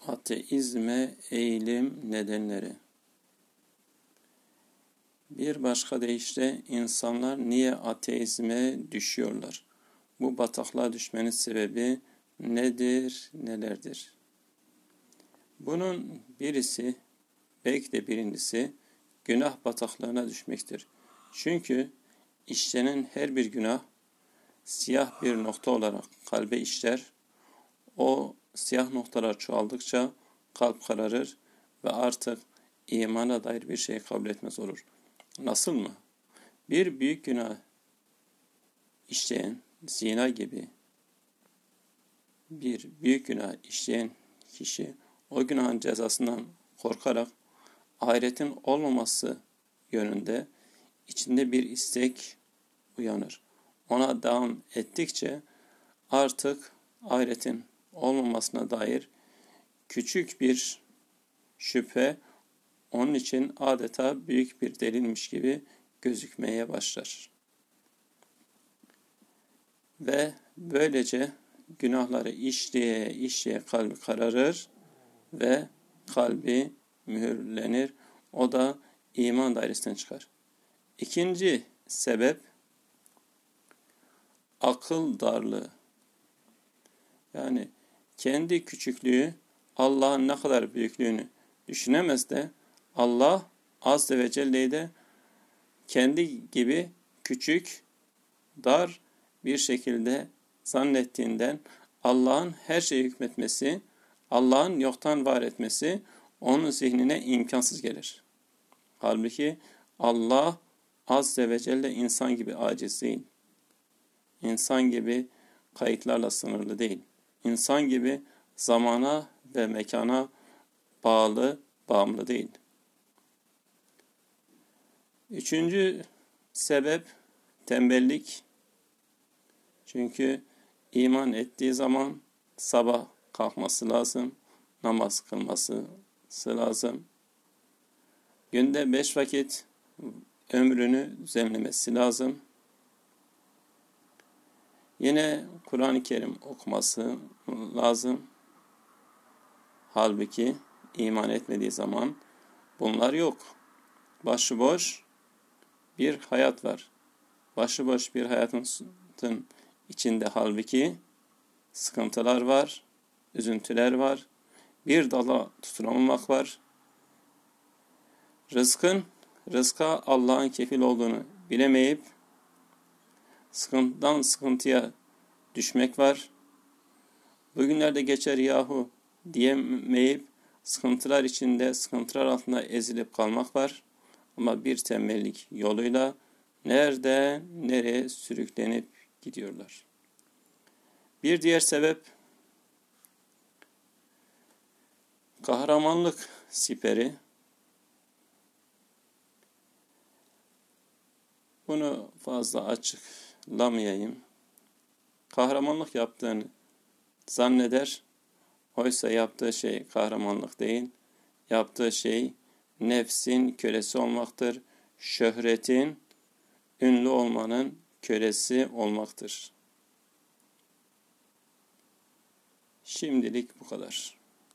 Ateizme eğilim nedenleri. Bir başka deyişle insanlar niye ateizme düşüyorlar? Bu bataklığa düşmenin sebebi nedir, nelerdir? Bunun birisi, belki de birincisi, günah bataklığına düşmektir. Çünkü işlenen her bir günah siyah bir nokta olarak kalbe işler. O siyah noktalar çoğaldıkça kalp kararır ve artık imana dair bir şey kabul etmez olur. Nasıl mı? Bir büyük günah işleyen, zina gibi bir büyük günah işleyen kişi o günahın cezasından korkarak ahiretin olmaması yönünde içinde bir istek uyanır. Ona devam ettikçe artık ahiretin olmamasına dair küçük bir şüphe onun için adeta büyük bir delilmiş gibi gözükmeye başlar. Ve böylece günahları işleye kalbi kararır ve kalbi mühürlenir. O da iman dairesinden çıkar. İkinci sebep akıl darlığı. Yani kendi küçüklüğü Allah'ın ne kadar büyüklüğünü düşünemez de Allah Azze ve Celle'yi de kendi gibi küçük, dar bir şekilde zannettiğinden Allah'ın her şeye hükmetmesi, Allah'ın yoktan var etmesi onun zihnine imkansız gelir. Halbuki Allah Azze ve Celle insan gibi aciz değil. İnsan gibi kayıtlarla sınırlı değil. İnsan gibi zamana ve mekana bağımlı değil. Üçüncü sebep tembellik. Çünkü iman ettiği zaman sabah kalkması lazım, namaz kılması lazım. Günde 5 vakit ömrünü düzenlemesi lazım. Yine Kur'an-ı Kerim okuması lazım. Halbuki iman etmediği zaman bunlar yok. Başıboş bir hayat var. Başıboş bir hayatın içinde halbuki sıkıntılar var, üzüntüler var, bir dala tutunamamak var. Rızka Allah'ın kefil olduğunu bilemeyip sıkıntıdan sıkıntıya düşmek var. Bugünlerde geçer yahu diyemeyip sıkıntılar içinde, sıkıntılar altında ezilip kalmak var. Ama bir tembellik yoluyla nereye sürüklenip gidiyorlar. Bir diğer sebep kahramanlık siperi. Bunu fazla açıklamayayım. Kahramanlık yaptığını zanneder. Oysa yaptığı şey kahramanlık değil. Yaptığı şey nefsin kölesi olmaktır. Şöhretin, ünlü olmanın kölesi olmaktır. Şimdilik bu kadar.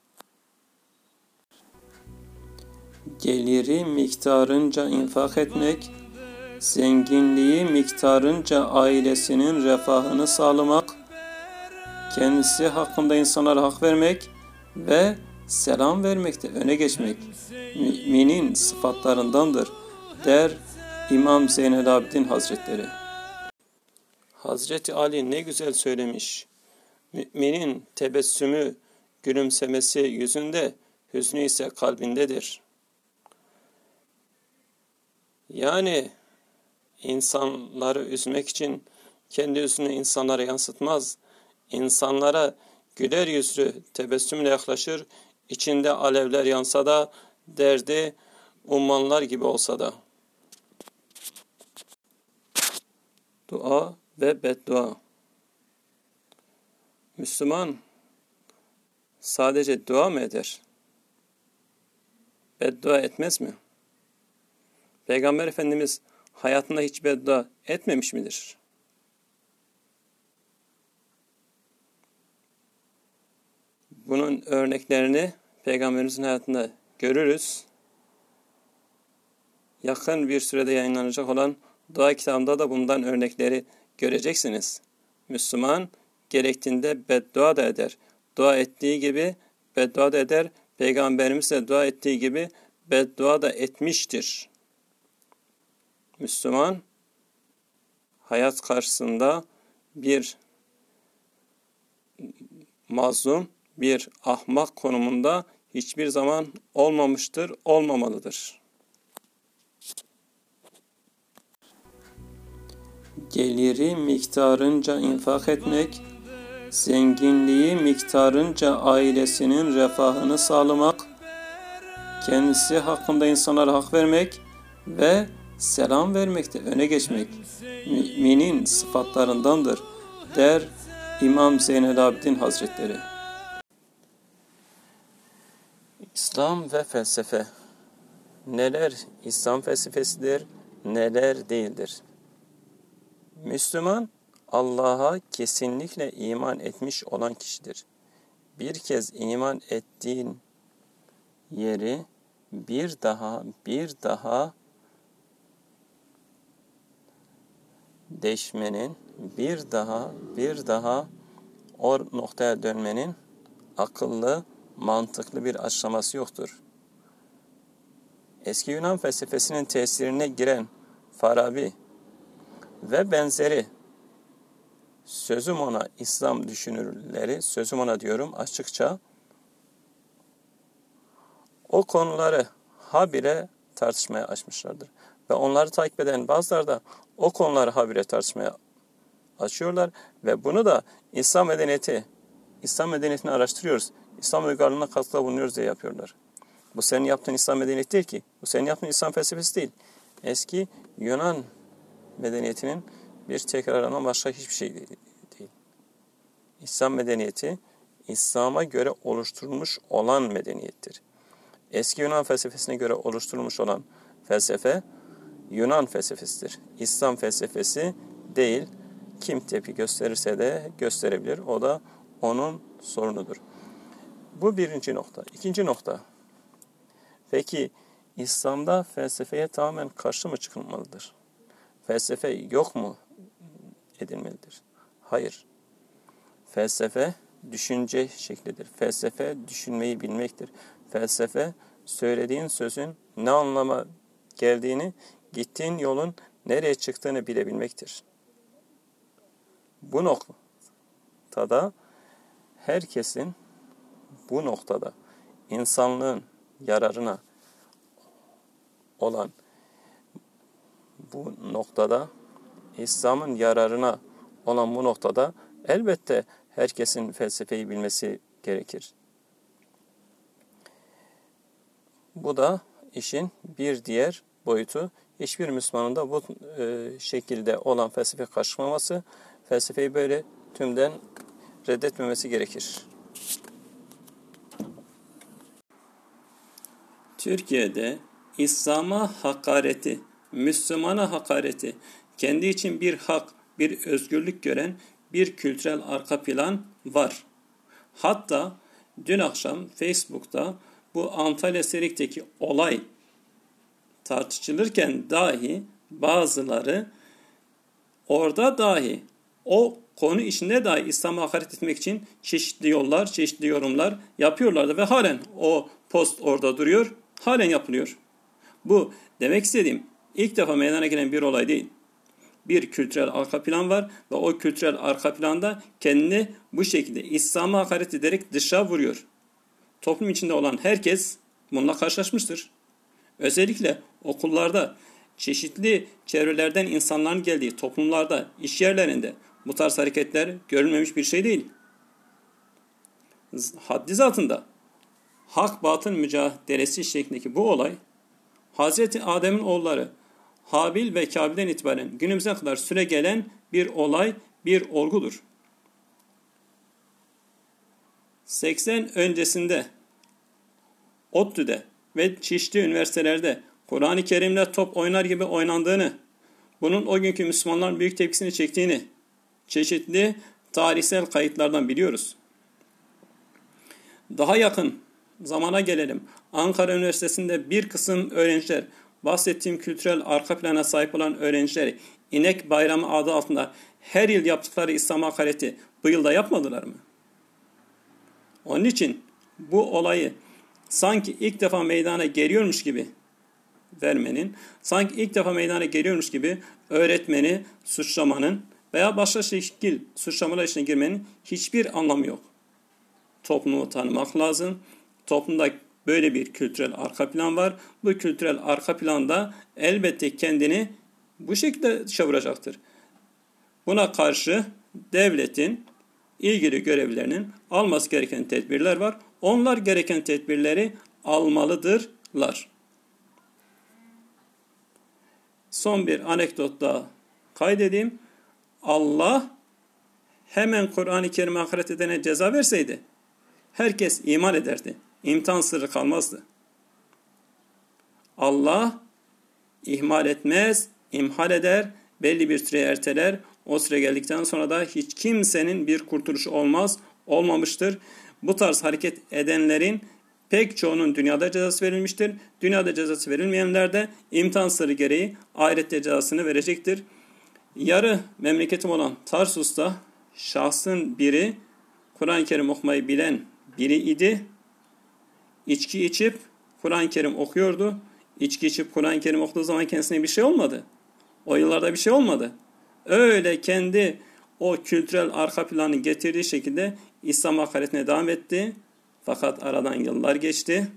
Geliri miktarınca infak etmek, zenginliği miktarınca ailesinin refahını sağlamak, kendisi hakkında insanlara hak vermek ve selam vermekte öne geçmek müminin sıfatlarındandır der İmam Zeynel Abidin Hazretleri. Hazreti Ali ne güzel söylemiş. Müminin tebessümü, gülümsemesi yüzünde, hüznü ise kalbindedir. Yani insanları üzmek için kendi yüzünü insanlara yansıtmaz. İnsanlara güler yüzlü tebessümle yaklaşır. İçinde alevler yansa da, derdi ummanlar gibi olsa da. Dua ve beddua. Müslüman sadece dua mı eder? Beddua etmez mi? Peygamber Efendimiz hayatında hiç beddua etmemiş midir? Bunun örneklerini Peygamberimizin hayatında görürüz. Yakın bir sürede yayınlanacak olan dua kitabında da bundan örnekleri göreceksiniz. Müslüman gerektiğinde beddua da eder. Dua ettiği gibi beddua da eder. Peygamberimiz de dua ettiği gibi beddua da etmiştir. Müslüman hayat karşısında bir mazlum, bir ahmak konumunda hiçbir zaman olmamıştır, olmamalıdır. Geliri miktarınca infak etmek, zenginliği miktarınca ailesinin refahını sağlamak, kendisi hakkında insanlara hak vermek ve selam vermekte öne geçmek müminin sıfatlarındandır der İmam Zeynel Abidin Hazretleri. İslam ve felsefe. Neler İslam felsefesidir, neler değildir? Müslüman, Allah'a kesinlikle iman etmiş olan kişidir. Bir kez iman ettiğin yeri bir daha değişmenin, bir daha o noktaya dönmenin akıllı, mantıklı bir açıklaması yoktur. Eski Yunan felsefesinin tesirine giren Farabi ve benzeri sözüm ona İslam düşünürleri, sözüm ona diyorum açıkça, o konuları habire tartışmaya açmışlardır. Ve onları takip eden bazıları da o konuları habire tartışmaya açıyorlar ve bunu da İslam medeniyetini araştırıyoruz, İslam uygarlığına katkıda bulunuyoruz diye yapıyorlar. Bu senin yaptığın İslam medeniyeti değil ki. Bu senin yaptığın İslam felsefesi değil. Eski Yunan medeniyetinin bir tekrarından başka hiçbir şey değil. İslam medeniyeti, İslam'a göre oluşturulmuş olan medeniyettir. Eski Yunan felsefesine göre oluşturulmuş olan felsefe, Yunan felsefesidir. İslam felsefesi değil. Kim tepki gösterirse de gösterebilir. O da onun sorunudur. Bu birinci nokta. İkinci nokta. Peki İslam'da felsefeye tamamen karşı mı çıkılmalıdır? Felsefe yok mu edilmelidir? Hayır. Felsefe düşünce şeklidir. Felsefe düşünmeyi bilmektir. Felsefe söylediğin sözün ne anlama geldiğini, gittiğin yolun nereye çıktığını bilebilmektir. Bu noktada herkesin bu noktada insanlığın yararına olan bu noktada, İslam'ın yararına olan bu noktada elbette herkesin felsefeyi bilmesi gerekir. Bu da işin bir diğer boyutu. Hiçbir Müslümanın da bu şekilde olan felsefe karşılaması, felsefeyi böyle tümden reddetmemesi gerekir. Türkiye'de İslam'a hakareti, Müslümana hakareti, kendi için bir hak, bir özgürlük gören bir kültürel arka plan var. Hatta dün akşam Facebook'ta bu Antalya Serik'teki olay tartışılırken dahi bazıları orada dahi o konu içinde dahi İslam'a hakaret etmek için çeşitli yollar, çeşitli yorumlar yapıyorlardı ve halen o post orada duruyor, halen yapılıyor. Bu demek istediğim ilk defa meydana gelen bir olay değil. Bir kültürel arka plan var ve o kültürel arka planda kendini bu şekilde İslam'a hakaret ederek dışa vuruyor. Toplum içinde olan herkes bununla karşılaşmıştır. Özellikle okullarda, çeşitli çevrelerden insanların geldiği toplumlarda, iş yerlerinde bu tarz hareketler görülmemiş bir şey değil. Haddi zatında hak batıl mücadelesi şeklindeki bu olay, Hazreti Adem'in oğulları Habil ve Kabil'den itibaren günümüze kadar süre gelen bir olay, bir olgudur. 80 öncesinde ODTÜ'de ve çeşitli üniversitelerde Kur'an-ı Kerim'le top oynar gibi oynandığını, bunun o günkü Müslümanların büyük tepkisini çektiğini çeşitli tarihsel kayıtlardan biliyoruz. Daha yakın zamana gelelim. Ankara Üniversitesi'nde bir kısım öğrenciler, bahsettiğim kültürel arka plana sahip olan öğrenciler, İnek Bayramı adı altında her yıl yaptıkları İslam hakareti bu yılda yapmadılar mı? Onun için bu olayı sanki ilk defa meydana geliyormuş gibi vermenin, sanki ilk defa meydana geliyormuş gibi öğretmeni suçlamanın veya başka şekil suçlamalar içine girmenin hiçbir anlamı yok. Toplumu tanımak lazım. Toplumda böyle bir kültürel arka plan var. Bu kültürel arka planda elbette kendini bu şekilde çeviracaktır. Buna karşı devletin ilgili görevlilerinin alması gereken tedbirler var. Onlar gereken tedbirleri almalıdırlar. Son bir anekdot daha kaydedeyim. Allah hemen Kur'an-ı Kerim'e hakaret edene ceza verseydi herkes iman ederdi. İmtihan sırrı kalmazdı. Allah ihmal etmez, imhal eder, belli bir süre erteler. O süre geldikten sonra da hiç kimsenin bir kurtuluşu olmamıştır. Bu tarz hareket edenlerin pek çoğunun dünyada cezası verilmiştir. Dünyada cezası verilmeyenler de imtihan sırrı gereği ahirette cezasını verecektir. Yarı memleketim olan Tarsus'ta şahsın biri Kur'an-ı Kerim okumayı bilen biri idi. İçki içip Kur'an-ı Kerim okuyordu. İçki içip Kur'an-ı Kerim okuduğu zaman kendisine bir şey olmadı. O yıllarda bir şey olmadı. Öyle kendi o kültürel arka planı getirdiği şekilde İslam hakaretine devam etti. Fakat aradan yıllar geçti.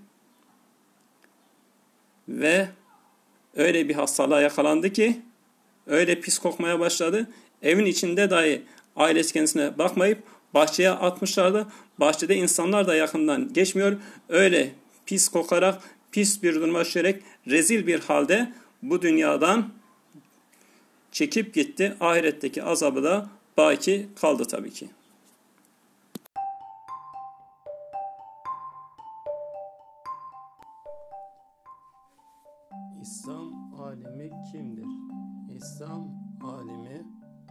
Ve öyle bir hastalığa yakalandı ki öyle pis kokmaya başladı. Evin içinde dahi ailesi kendisine bakmayıp bahçeye atmışlardı. Bahçede insanlar da yakından geçmiyor. Öyle pis kokarak, pis bir duruma düşerek rezil bir halde bu dünyadan çekip gitti. Ahiretteki azabı da baki kaldı tabii ki. İslam alimi kimdir? İslam alimi,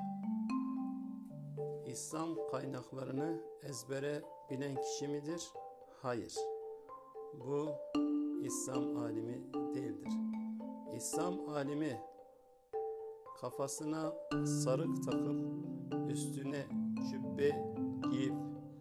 İslam kaynaklarını ezbere bilen kişi midir? Hayır. Bu İslam alimi değildir. İslam alimi kafasına sarık takıp üstüne cübbe giyip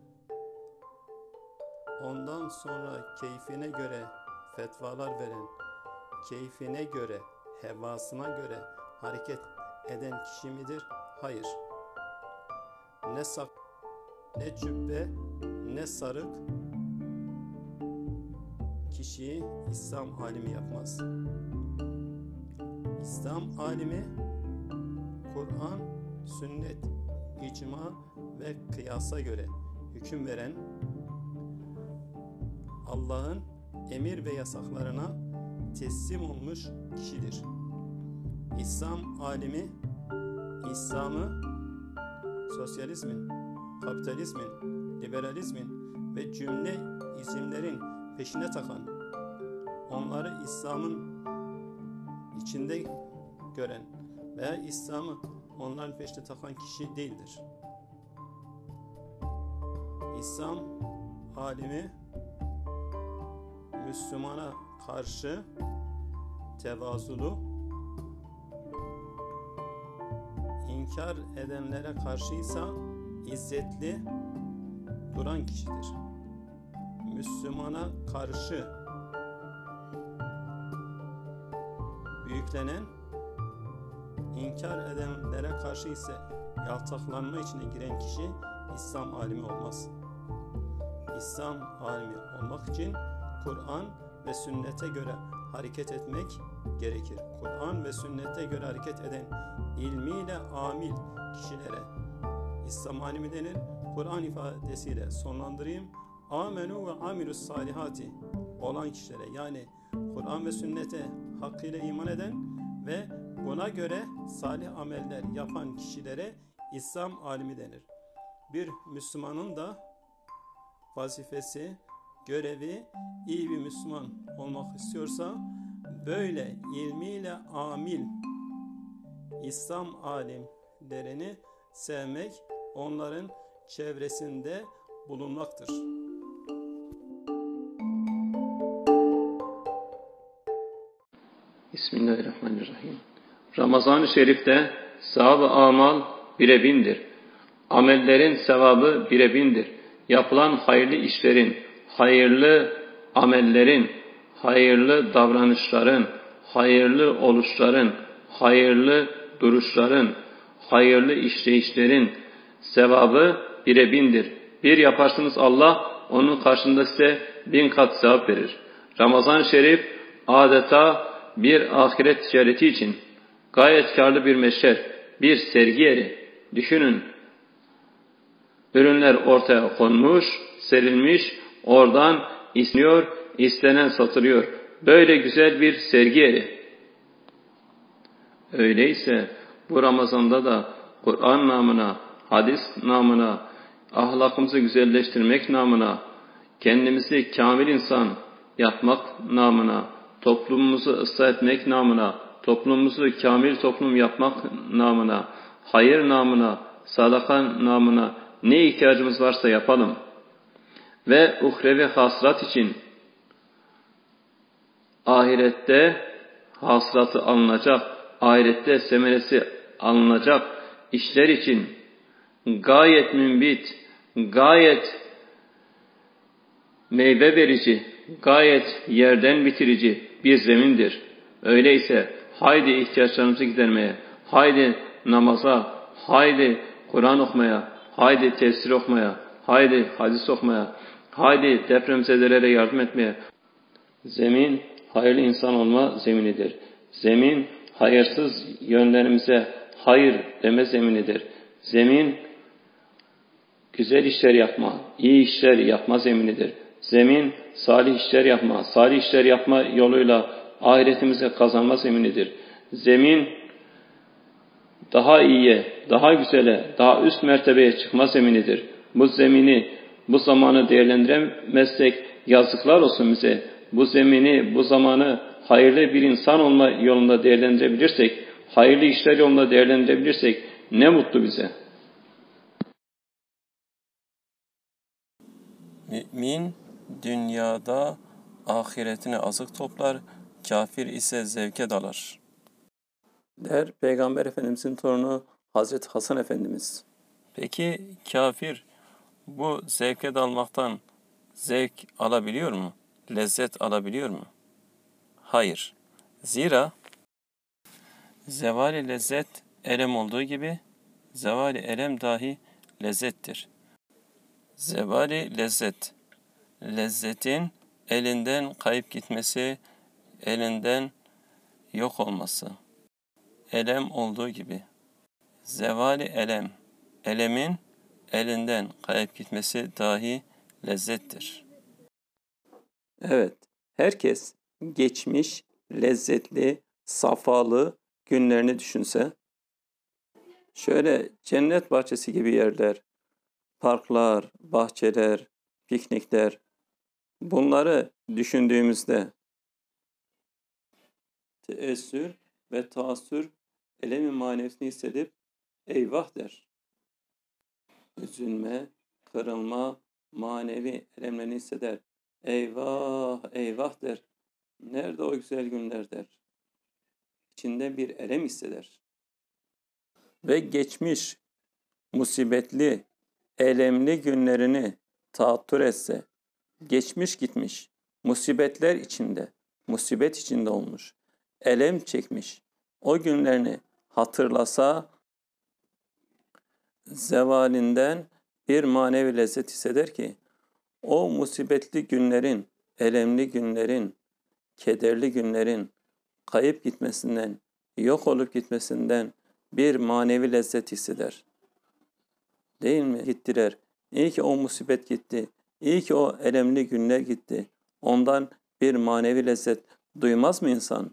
ondan sonra keyfine göre fetvalar veren, keyfine göre, hevasına göre hareket eden kişi midir? Hayır. Ne sak, ne cübbe, ne sarık kişiyi İslam alimi yapmaz. İslam alimi Kur'an, sünnet, icma ve kıyasa göre hüküm veren, Allah'ın emir ve yasaklarına teslim olmuş kişidir. İslam alimi, İslam'ı sosyalizmin, kapitalizmin, liberalizmin ve cümle isimlerin peşine takan, onları İslam'ın içinde gören veya İslam'ı onların peşine takan kişi değildir. İslam alimi Müslümana karşı tevazulu, inkar edenlere karşıysa izzetli duran kişidir. Müslümana karşı büyüklenen, inkar edenlere karşı ise yaltaklanma içine giren kişi İslam alimi olmaz. İslam alimi olmak için Kur'an ve sünnete göre hareket etmek gerekir. Kur'an ve sünnete göre hareket eden ilmiyle amil kişilere İslam alimi denir. Kur'an ifadesiyle sonlandırayım. Amenu ve amilus salihati olan kişilere, yani Kur'an ve sünnete hakkıyla iman eden ve buna göre salih ameller yapan kişilere İslam alimi denir. Bir Müslümanın da vazifesi, görevi, iyi bir Müslüman olmak istiyorsa böyle ilmiyle amil İslam alimlerini sevmek, onların çevresinde bulunmaktır. Bismillahirrahmanirrahim. Ramazan-ı Şerif'te sevab-ı amal bire bindir. Amellerin sevabı bire bindir. Yapılan hayırlı işlerin, hayırlı amellerin, hayırlı davranışların, hayırlı oluşların, hayırlı duruşların, hayırlı işleyişlerin sevabı bire bindir. Bir yaparsınız Allah onun karşında size 1000 kat sevap verir. Ramazan-ı Şerif adeta bir ahiret ticareti için gayet karlı bir meşer, bir sergi yeri. Düşünün, ürünler ortaya konmuş, serilmiş, oradan isteniyor, istenen satılıyor. Böyle güzel bir sergi yeri. Öyleyse bu Ramazan'da da Kur'an namına, hadis namına, ahlakımızı güzelleştirmek namına, kendimizi kamil insan yapmak namına, toplumumuzu ıslah etmek namına, toplumumuzu kamil toplum yapmak namına, hayır namına, sadaka namına ne ihtiyacımız varsa yapalım. Ve uhrevi hasılat için ahirette hasılatı alınacak, ahirette semeresi alınacak işler için gayet mümbit, gayet meyve verici, gayet yerden bitirici bir zemindir. Öyleyse haydi ihtiyaçlarımızı gidermeye, haydi namaza, haydi Kur'an okumaya, haydi tefsir okumaya, haydi hadis okumaya, haydi depremzedelere yardım etmeye. Zemin hayırlı insan olma zeminidir. Zemin hayırsız yönlerimize hayır deme zeminidir. Zemin güzel işler yapma, iyi işler yapma zeminidir. Zemin salih işler yapma, salih işler yapma yoluyla ahiretimize kazanma zeminidir. Zemin daha iyiye, daha güzele, daha üst mertebeye çıkma zeminidir. Bu zemini, bu zamanı değerlendiremezsek yazıklar olsun bize. Bu zemini, bu zamanı hayırlı bir insan olma yolunda değerlendirebilirsek, hayırlı işler yolunda değerlendirebilirsek ne mutlu bize. Mümin dünyada ahiretine azık toplar, kafir ise zevke dalar. Der Peygamber Efendimizin torunu Hazreti Hasan Efendimiz. Peki kafir bu zevke dalmaktan zevk alabiliyor mu? Lezzet alabiliyor mu? Hayır. Zira zevali lezzet elem olduğu gibi zevali elem dahi lezzettir. Zevali lezzet, lezzetin elinden kayıp gitmesi, elinden yok olması. Elem olduğu gibi. Zevali elem, elemin elinden kayıp gitmesi dahi lezzettir. Evet, herkes geçmiş, lezzetli, safalı günlerini düşünse, şöyle cennet bahçesi gibi yerler, parklar, bahçeler, piknikler, bunları düşündüğümüzde teessür ve taassür elemi maneviyesini hissedip eyvah der. Üzülme, kırılma, manevi elemlerini hisseder. Eyvah, eyvah der. Nerede o güzel günler der. İçinde bir elem hisseder. Ve geçmiş, musibetli, elemli günlerini taattür etse, geçmiş gitmiş, musibetler içinde, musibet içinde olmuş, elem çekmiş, o günlerini hatırlasa, zevalinden bir manevi lezzet hisseder ki, o musibetli günlerin, elemli günlerin, kederli günlerin kayıp gitmesinden, yok olup gitmesinden bir manevi lezzet hisseder. Değil mi? Gittiler. İyi ki o musibet gitti. İyi ki o elemli günler gitti. Ondan bir manevi lezzet duymaz mı insan?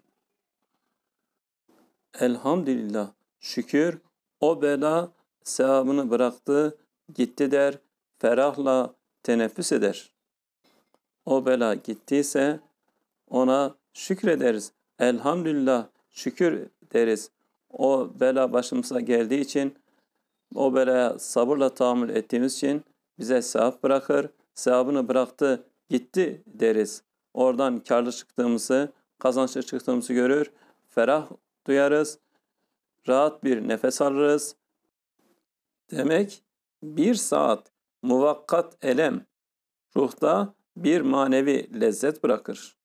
Elhamdülillah, şükür o bela sevabını bıraktı, gitti der, ferahla teneffüs eder. O bela gittiyse ona şükrederiz. Elhamdülillah, şükür deriz. O bela başımıza geldiği için, o belaya sabırla tahammül ettiğimiz için bize sevap bırakır. Sevabını bıraktı, gitti deriz. Oradan karlı çıktığımızı, kazançlı çıktığımızı görür ferah duyarız, rahat bir nefes alırız. Demek bir saat muvakkat elem ruhta bir manevi lezzet bırakır.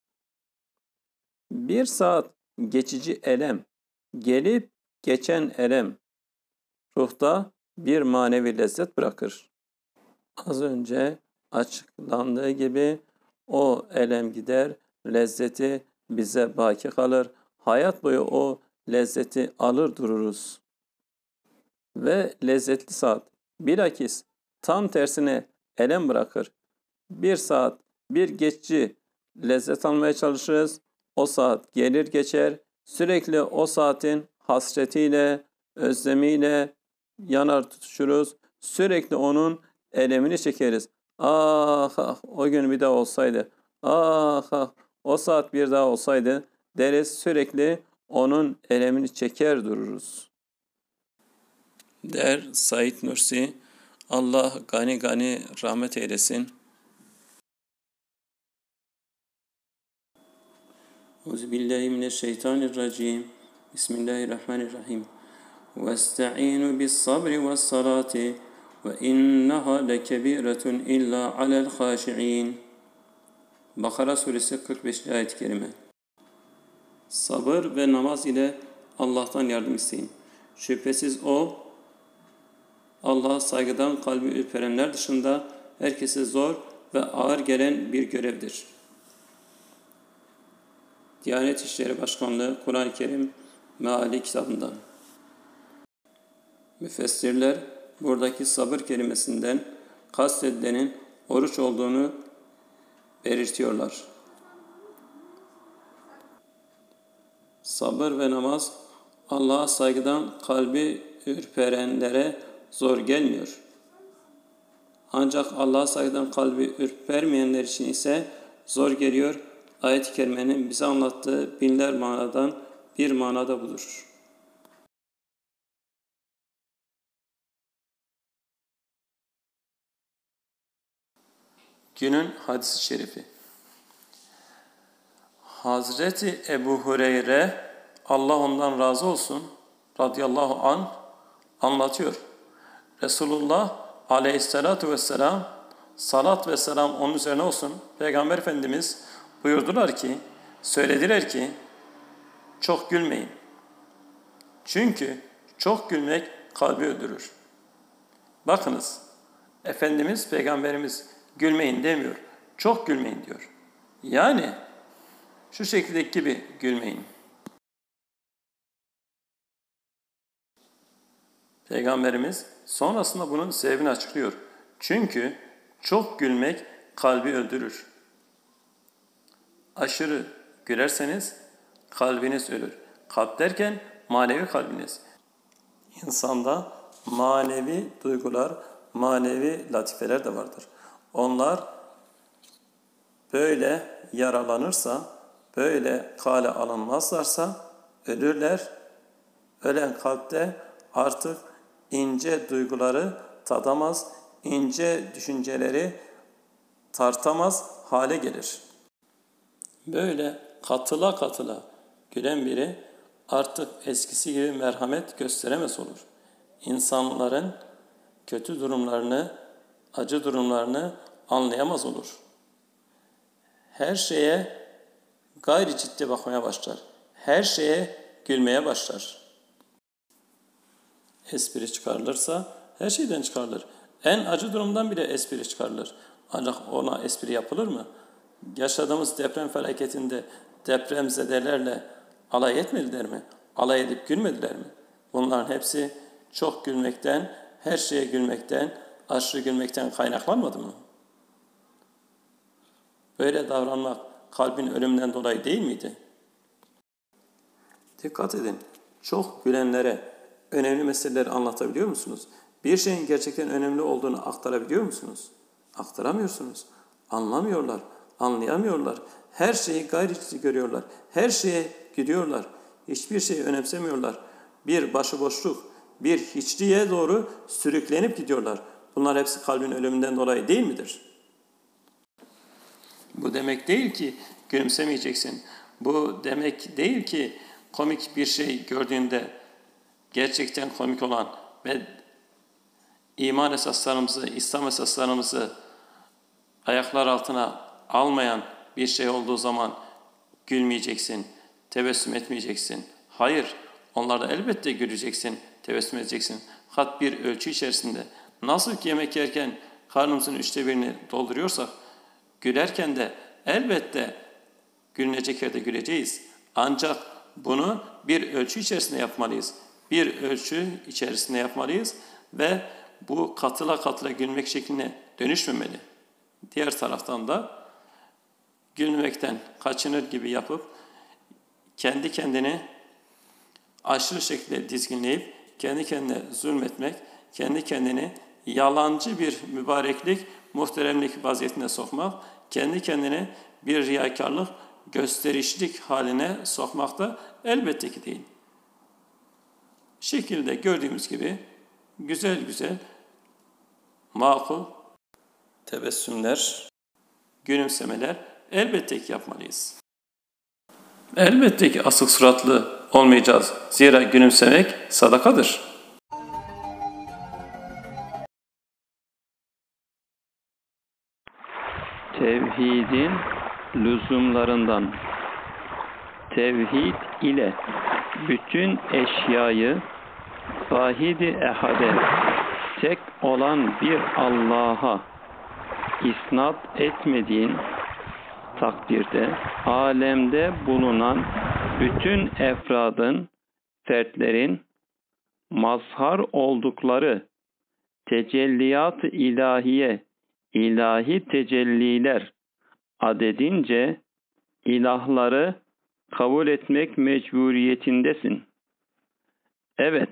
Bir saat geçici elem, gelip geçen elem ruhta bir manevi lezzet bırakır. Az önce açıklandığı gibi o elem gider, lezzeti bize baki kalır. Hayat boyu o lezzeti alır dururuz. Ve lezzetli saat bilakis tam tersine elem bırakır. Bir saat bir geçici lezzet almaya çalışırız. O saat gelir geçer. Sürekli o saatin hasretiyle, özlemiyle yanar tutuşuruz. Sürekli onun elemini çekeriz. Ah ah o gün bir daha olsaydı. Ah ah o saat bir daha olsaydı deriz, sürekli onun elemini çeker dururuz. Der Said Nursi, Allah gani gani rahmet eylesin. Euzubillahimineşşeytanirracim. Bismillahirrahmanirrahim. وَاسْتَعِينُوا بِالصَّبْرِ وَالصَّلَاةِ وَاِنَّهَا لَكَبِيرَةٌ اِلَّا عَلَى الْخَاشِعِينَ. Bakara suresi 45. ayet-i kerime. Sabır ve namaz ile Allah'tan yardım isteyin. Şüphesiz O, Allah'a saygıdan kalbi ürperenler dışında herkese zor ve ağır gelen bir görevdir. Diyanet İşleri Başkanlığı Kur'an-ı Kerim Meali kitabından. Müfessirler buradaki sabır kelimesinden kastedilenin oruç olduğunu belirtiyorlar. Sabır ve namaz Allah'a saygıdan kalbi ürperenlere zor gelmiyor. Ancak Allah'a saygıdan kalbi ürpermeyenler için ise zor geliyor. Ayet-i kerimenin bize anlattığı binler manadan bir manada budur. Günün hadis-i şerifi. Hazreti Ebu Hureyre, Allah ondan razı olsun, radıyallahu anh anlatıyor. Resulullah aleyhissalatu vesselam, salat ve selam onun üzerine olsun, Peygamber Efendimiz buyurdular ki, söylediler ki, çok gülmeyin. Çünkü çok gülmek kalbi öldürür. Bakınız, Efendimiz, Peygamberimiz gülmeyin demiyor, çok gülmeyin diyor. Yani şu şekildeki gibi gülmeyin. Peygamberimiz sonrasında bunun sebebini açıklıyor. Çünkü çok gülmek kalbi öldürür. Aşırı gülerseniz kalbiniz ölür. Kalp derken manevi kalbiniz. İnsanda manevi duygular, manevi latifeler de vardır. Onlar böyle yaralanırsa, böyle kale alınmazlarsa ölürler. Ölen kalpte artık ince duyguları tadamaz, ince düşünceleri tartamaz hale gelir. Böyle katıla katıla gülen biri artık eskisi gibi merhamet gösteremez olur. İnsanların kötü durumlarını, acı durumlarını anlayamaz olur. Her şeye gayri ciddi bakmaya başlar. Her şeye gülmeye başlar. Espri çıkarılırsa her şeyden çıkarılır. En acı durumdan bile espri çıkarılır. Ancak ona espri yapılır mı? Yaşadığımız deprem felaketinde depremzedelerle alay etmediler mi? Alay edip gülmediler mi? Bunların hepsi çok gülmekten, her şeye gülmekten, aşırı gülmekten kaynaklanmadı mı? Böyle davranmak kalbin ölümünden dolayı değil miydi? Dikkat edin, çok gülenlere önemli meseleleri anlatabiliyor musunuz? Bir şeyin gerçekten önemli olduğunu aktarabiliyor musunuz? Aktaramıyorsunuz. Anlamıyorlar, anlayamıyorlar. Her şeyi gayri ciddi görüyorlar. Her şeye gülüyorlar. Hiçbir şeyi önemsemiyorlar. Bir başıboşluk, bir hiçliğe doğru sürüklenip gidiyorlar. Bunlar hepsi kalbin ölümünden dolayı değil midir? Bu demek değil ki gülümsemeyeceksin. Bu demek değil ki komik bir şey gördüğünde gerçekten komik olan ve iman esaslarımızı, İslam esaslarımızı ayaklar altına almayan bir şey olduğu zaman gülmeyeceksin, tebessüm etmeyeceksin. Hayır, onlarda elbette güleceksin, tebessüm edeceksin. Kat bir ölçü içerisinde. Nasıl ki yemek yerken karnımızın 1/3'ünü dolduruyorsak, gülerken de elbette gülünecek yerde güleceğiz. Ancak bunu bir ölçü içerisinde yapmalıyız. Bir ölçü içerisinde yapmalıyız ve bu katıla katıla gülmek şekline dönüşmemeli. Diğer taraftan da gülmekten kaçınır gibi yapıp kendi kendini aşırı şekilde dizginleyip kendi kendine zulmetmek, kendi kendini yalancı bir mübareklik, muhteremlik vaziyetine sokmak, kendi kendini bir riyakarlık, gösterişlik haline sokmak da elbette ki değil. Şekilde gördüğümüz gibi güzel güzel, makul tebessümler, gülümsemeler elbette ki yapmalıyız. Elbette ki asık suratlı olmayacağız. Zira gülümsemek sadakadır. Tevhidin lüzumlarından. Tevhid ile bütün eşyayı vahid-i ehade, tek olan bir Allah'a isnat etmediğin takdirde alemde bulunan bütün efradın, fertlerin mazhar oldukları tecelliyat-ı ilahiye, ilahi tecelliler adedince ilahları kabul etmek mecburiyetindesin. Evet,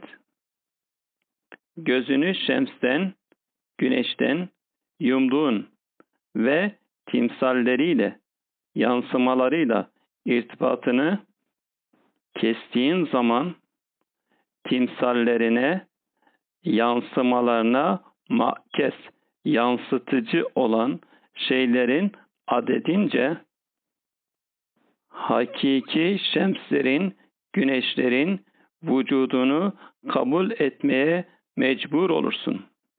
gözünü şemsten, güneşten yumduğun ve timsalleriyle, yansımalarıyla irtibatını kestiğin zaman timsallerine, yansımalarına makes, yansıtıcı olan şeylerin adedince hakiki şemslerin, güneşlerin vücudunu kabul etmeye mecbur olursun.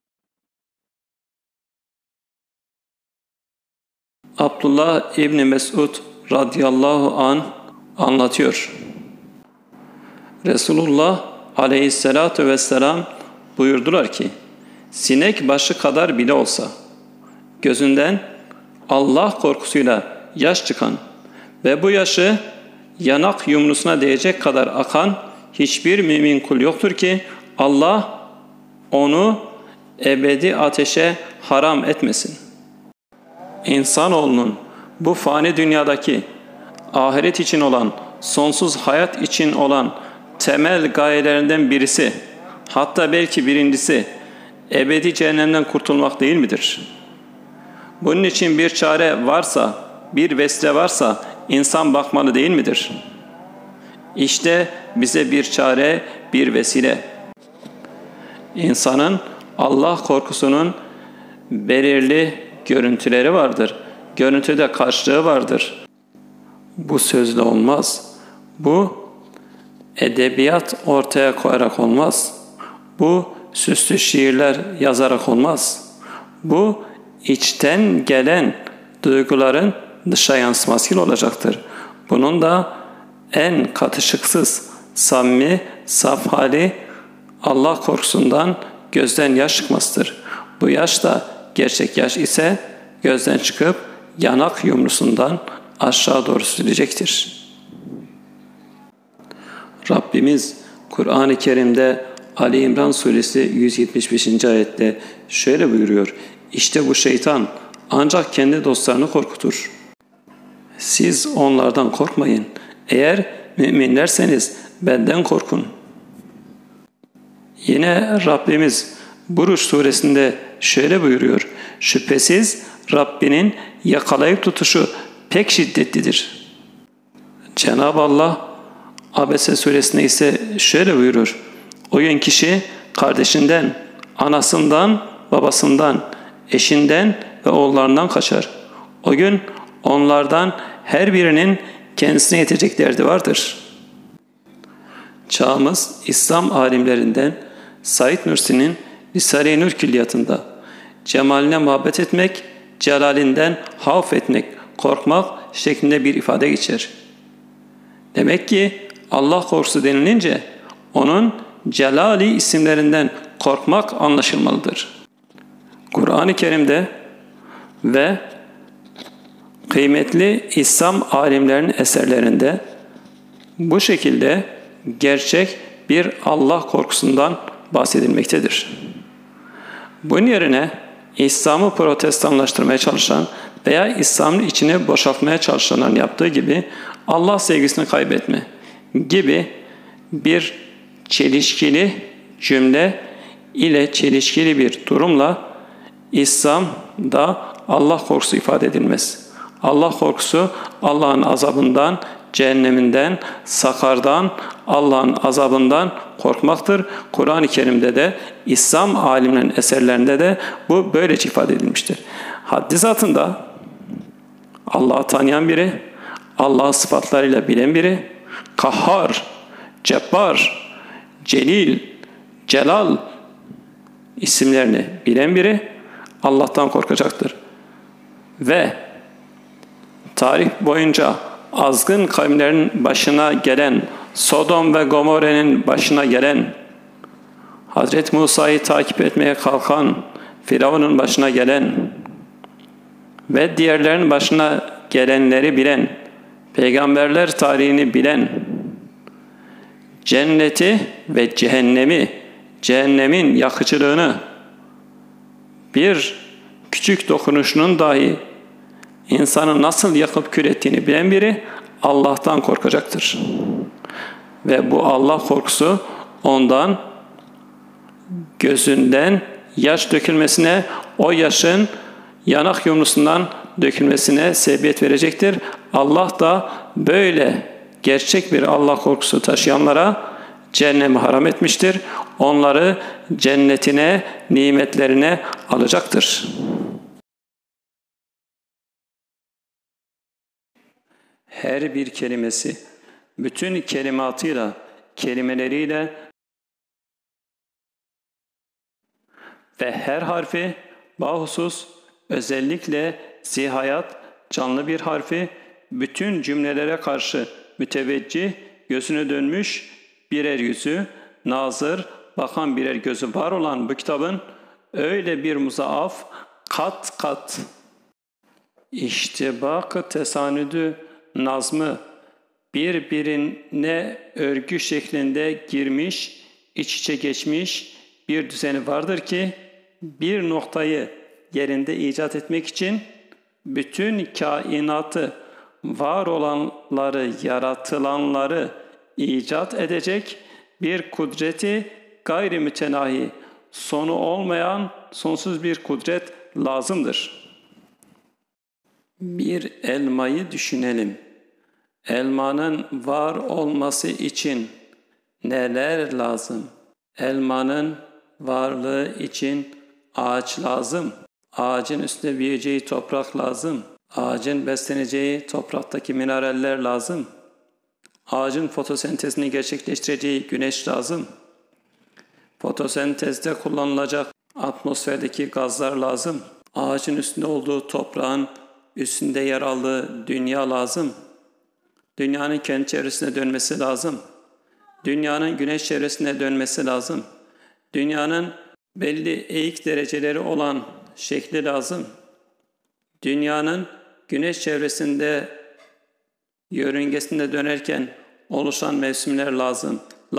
Abdullah İbni Mesud radıyallahu anh anlatıyor. Resulullah aleyhissalatu vesselam buyurdular ki, sinek başı kadar bile olsa gözünden Allah korkusuyla yaş çıkan ve bu yaşı yanak yumrusuna değecek kadar akan hiçbir mümin kul yoktur ki Allah onu ebedi ateşe haram etmesin. İnsanoğlunun bu fani dünyadaki ahiret için olan, sonsuz hayat için olan temel gayelerinden birisi, hatta belki birincisi ebedi cehennemden kurtulmak değil midir? Bunun için bir çare varsa, bir vesile varsa insan bakmalı değil midir? İşte bize bir çare, bir vesile. İnsanın Allah korkusunun belirli görüntüleri vardır. Görüntüde karşılığı vardır. Bu sözle olmaz. Bu edebiyat ortaya koyarak olmaz. Bu süslü şiirler yazarak olmaz. Bu içten gelen duyguların dışa yansımasıyla olacaktır. Bunun da en katışıksız, samimi, saf hali Allah korkusundan gözden yaş çıkmasıdır. Bu yaş da gerçek yaş ise gözden çıkıp yanak yumrusundan aşağı doğru süzülecektir. Rabbimiz Kur'an-ı Kerim'de Ali İmran suresi 175. ayette şöyle buyuruyor. İşte bu şeytan ancak kendi dostlarını korkutur. Siz onlardan korkmayın. Eğer müminlerseniz benden korkun. Yine Rabbimiz Buruç suresinde şöyle buyuruyor. Şüphesiz Rabbinin yakalayıp tutuşu pek şiddetlidir. Cenab-ı Allah Abese suresinde ise şöyle buyurur. O gün kişi kardeşinden, anasından, babasından, eşinden ve oğullarından kaçar. O gün onlardan her birinin kendisine yetecek derdi vardır. Çağımız İslam alimlerinden Said Nursi'nin Risale-i Nur külliyatında cemaline muhabbet etmek, celalinden havf etmek, korkmak şeklinde bir ifade geçer. Demek ki Allah korkusu denilince onun celali isimlerinden korkmak anlaşılmalıdır. Kur'an-ı Kerim'de ve kıymetli İslam alimlerinin eserlerinde bu şekilde gerçek bir Allah korkusundan bahsedilmektedir. Bunun yerine İslam'ı protestanlaştırmaya çalışan veya İslam'ın içine boşaltmaya çalışanların yaptığı gibi Allah sevgisini kaybetme gibi bir çelişkili cümle ile çelişkili bir durumla İslam'da Allah korkusu ifade edilmez. Allah korkusu Allah'ın azabından, cehenneminden, sakardan, Allah'ın azabından korkmaktır. Kur'an-ı Kerim'de de İslam alimlerinin eserlerinde de bu böylece ifade edilmiştir. Haddi zatında Allah'ı tanıyan biri, Allah'ı sıfatlarıyla bilen biri, Kahhar, Cebbar, Celil, Celal isimlerini bilen biri Allah'tan korkacaktır. Ve tarih boyunca azgın kavimlerin başına gelen, Sodom ve Gomorre'nin başına gelen, Hazreti Musa'yı takip etmeye kalkan, Firavun'un başına gelen ve diğerlerinin başına gelenleri bilen, peygamberler tarihini bilen, cenneti ve cehennemi, cehennemin yakıcılığını, bir küçük dokunuşunun dahi insanı nasıl yakıp kül ettiğini bilen biri Allah'tan korkacaktır. Ve bu Allah korkusu ondan gözünden yaş dökülmesine, o yaşın yanak yumrusundan dökülmesine sebebiyet verecektir. Allah da böyle gerçek bir Allah korkusu taşıyanlara cehennemi haram etmiştir. Onları cennetine, nimetlerine alacaktır. Her bir kelimesi, bütün kelimatıyla, kelimeleriyle ve her harfi bahusus, özellikle zihayat, canlı bir harfi, bütün cümlelere karşı müteveccih, gözüne dönmüş birer yüzü, nazır, bakan birer gözü var olan bu kitabın öyle bir muzaaf, kat kat, iştibak-ı tesanüdü, nazmı birbirine örgü şeklinde girmiş, iç içe geçmiş bir düzeni vardır ki bir noktayı yerinde icat etmek için bütün kainatı, var olanları, yaratılanları icat edecek bir kudreti gayri mütenahi, sonu olmayan sonsuz bir kudret lazımdır. Bir elmayı düşünelim. Elmanın var olması için neler lazım? Elmanın varlığı için ağaç lazım. Ağacın üstünde büyüyeceği toprak lazım. Ağacın besleneceği topraktaki mineraller lazım. Ağacın fotosentezini gerçekleştireceği güneş lazım. Fotosentezde kullanılacak atmosferdeki gazlar lazım. Ağacın üstünde olduğu toprağın üstünde yer aldığı dünya lazım. Dünyanın kendi çevresine dönmesi lazım. Dünyanın güneş çevresine dönmesi lazım. Dünyanın belli eğik dereceleri olan şekli lazım. Dünyanın güneş çevresinde, yörüngesinde dönerken oluşan mevsimler lazım.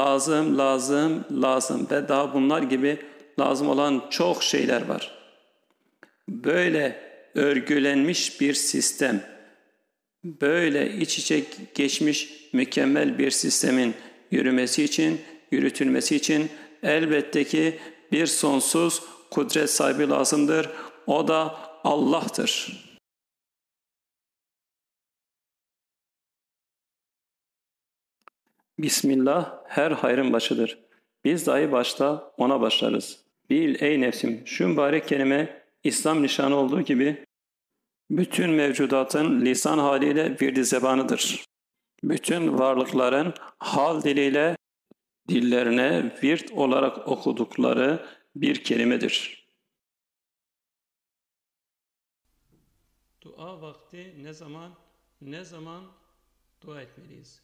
Lazım ve daha bunlar gibi lazım olan çok şeyler var. Böyle örgülenmiş bir sistem, böyle iç içe geçmiş mükemmel bir sistemin yürümesi için, yürütülmesi için elbette ki bir sonsuz kudret sahibi lazımdır. O da Allah'tır. Bismillah her hayrın başıdır. Biz dahi başta ona başlarız. Bil ey nefsim, şu mübarek kelime İslam nişanı olduğu gibi bütün mevcudatın lisan haliyle virdi zebanıdır. Bütün varlıkların hal diliyle dillerine virt olarak okudukları bir kelimedir. Dua vakti ne zaman dua etmeliyiz?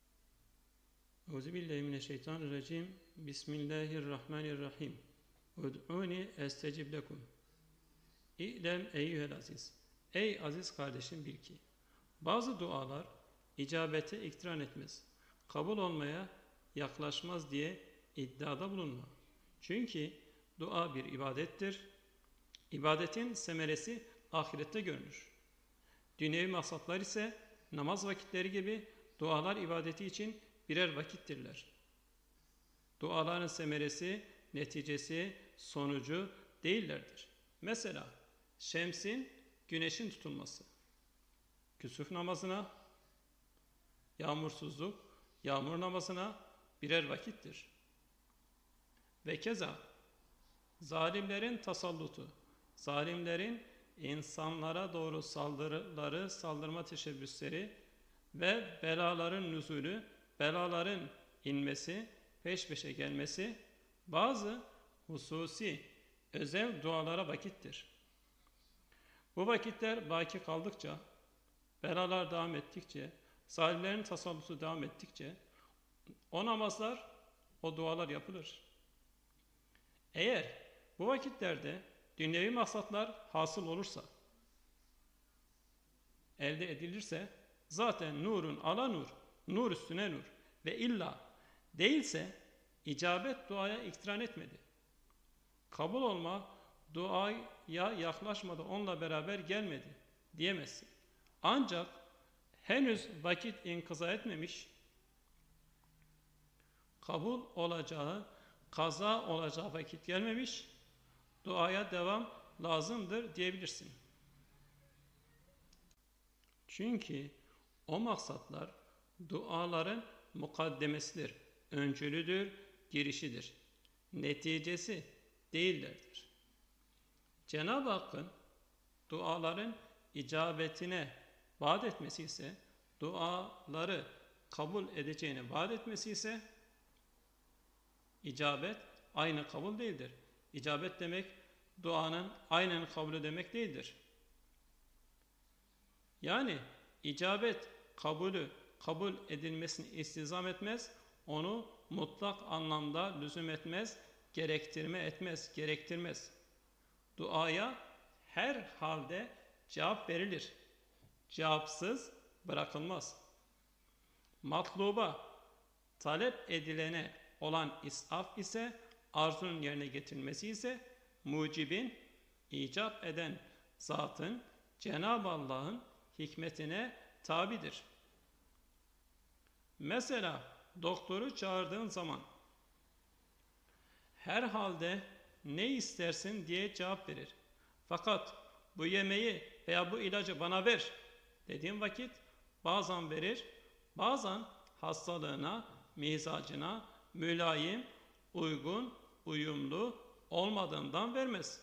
Euzubillahimineşşeytanirracim. Bismillahirrahmanirrahim. Ud'uni estecib lekum. İ'lem eyyühel aziz. Ey aziz kardeşim bil ki, bazı dualar icabete iktiran etmez, kabul olmaya yaklaşmaz diye iddiada bulunma. Çünkü dua bir ibadettir. İbadetin semeresi ahirette görünür. Dünyevi maksatlar ise namaz vakitleri gibi dualar ibadeti için birer vakittirler. Duaların semeresi, neticesi, sonucu değillerdir. Mesela şemsin, güneşin tutulması, küsuf namazına, yağmursuzluk, yağmur namazına birer vakittir. Ve keza zalimlerin tasallutu, zalimlerin insanlara doğru saldırma teşebbüsleri ve belaların nüzulü, belaların inmesi, peş peşe gelmesi bazı hususi, özel dualara vakittir. Bu vakitler baki kaldıkça, belalar devam ettikçe, zalimlerin tasallutu devam ettikçe o namazlar, o dualar yapılır. Eğer bu vakitlerde dünyevi maksatlar hasıl olursa, elde edilirse zaten nurun ala nur, nur üstüne nur ve illa değilse icabet duaya iktiran etmedi. Kabul olma duaya yaklaşmadı, onunla beraber gelmedi diyemezsin. Ancak henüz vakit inkıza etmemiş, kabul olacağı, kaza olacağı vakit gelmemiş, duaya devam lazımdır diyebilirsin. Çünkü o maksatlar duaların mukaddemesidir, öncülüdür, girişidir. Neticesi değillerdir. Cenab-ı Hakk'ın duaların icabetine vaat etmesi ise, duaları kabul edeceğine vaat etmesi ise, icabet aynı kabul değildir. İcabet demek, duanın aynen kabulü demek değildir. Yani icabet kabul edilmesini istizam etmez, onu mutlak anlamda lüzum etmez, gerektirmez. Duaya her halde cevap verilir. Cevapsız bırakılmaz. Matluba, talep edilene olan isaf ise, arzunun yerine getirilmesi ise, mucibin, icap eden zatın, Cenab-ı Allah'ın hikmetine tabidir. Mesela doktoru çağırdığın zaman herhalde ne istersin diye cevap verir. Fakat bu yemeği veya bu ilacı bana ver dediğim vakit bazen verir, bazen hastalığına, mizacına mülayim, uygun, uyumlu olmadığından vermez.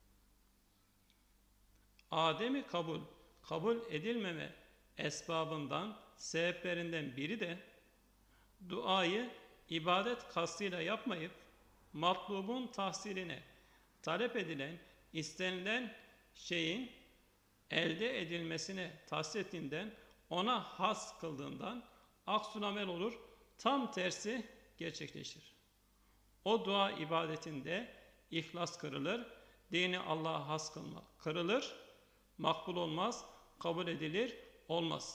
Ademi kabul edilmeme esbabından, sebeplerinden biri de duayı ibadet kastıyla yapmayıp matlubun tahsiline, talep edilen, istenilen şeyin elde edilmesine tahsis ettiğinden, ona has kıldığından aksunamel olur, tam tersi gerçekleşir. O dua ibadetinde ihlas kırılır, dini Allah'a has kılma kırılır, makbul olmaz, kabul edilir, olmaz.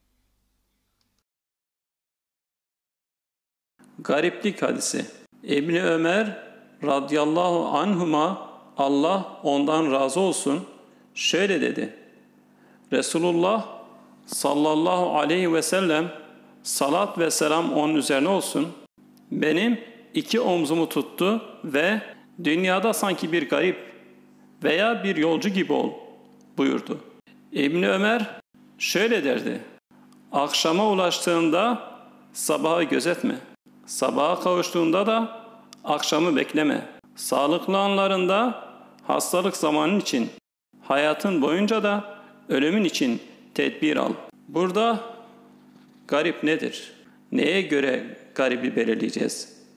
Gariplik hadisi. İbni Ömer radıyallahu anhuma, Allah ondan razı olsun, şöyle dedi. Resulullah sallallahu aleyhi ve sellem, salat ve selam onun üzerine olsun, benim iki omzumu tuttu ve dünyada sanki bir garip veya bir yolcu gibi ol buyurdu. İbni Ömer şöyle derdi. Akşama ulaştığında sabahı gözetme. Sabaha kavuştuğunda da akşamı bekleme. Sağlıklı anlarında hastalık zamanın için, hayatın boyunca da ölümün için tedbir al. Burada garip nedir? Neye göre garibi belirleyeceğiz?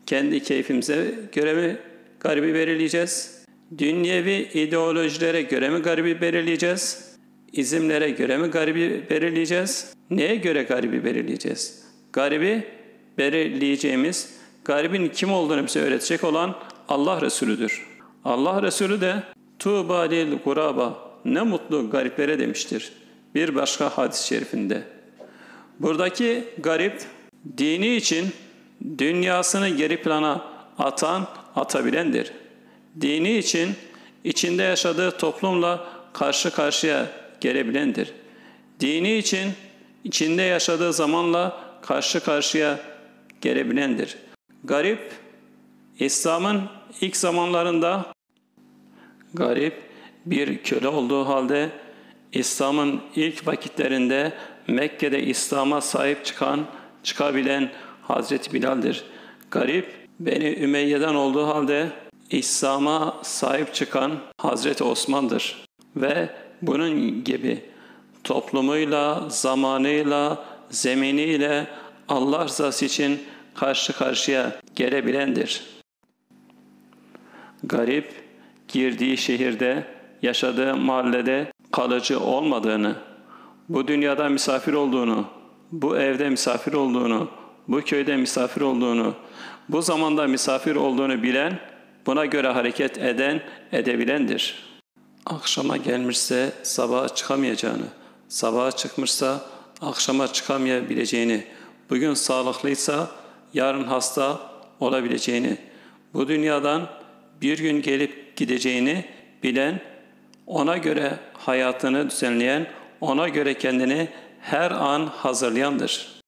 kendi keyfimize göre mi garibi belirleyeceğiz? Dünyevi ideolojilere göre mi garibi belirleyeceğiz? İzimlere göre mi garibi belirleyeceğiz? Neye göre garibi belirleyeceğiz? Garibi belirleyeceğimiz, garibin kim olduğunu bize öğretecek olan Allah Resulüdür. Allah Resulü de "Tuğba lil guraba", ne mutlu gariplere demiştir bir başka hadis-i şerifinde. Buradaki garip, dini için dünyasını geri plana atabilendir. Dini için içinde yaşadığı toplumla karşı karşıya gelebilendir. Dini için içinde yaşadığı zamanla karşı karşıya gelebilendir. Garip, İslam'ın ilk zamanlarında garip bir köle olduğu halde İslam'ın ilk vakitlerinde Mekke'de İslam'a sahip çıkabilen Hazreti Bilal'dir. Garip, Beni Ümeyye'den olduğu halde İslam'a sahip çıkan Hazreti Osman'dır. Ve bunun gibi toplumuyla, zamanıyla, zeminiyle Allah rızası için karşı karşıya gelebilendir. Garip, girdiği şehirde, yaşadığı mahallede kalıcı olmadığını, bu dünyada misafir olduğunu, bu evde misafir olduğunu, bu köyde misafir olduğunu, bu zamanda misafir olduğunu bilen, buna göre hareket edebilendir. Akşama gelmişse sabaha çıkamayacağını, sabaha çıkmışsa akşama çıkamayabileceğini, bugün sağlıklıysa yarın hasta olabileceğini, bu dünyadan bir gün gelip gideceğini bilen, ona göre hayatını düzenleyen, ona göre kendini her an hazırlayandır.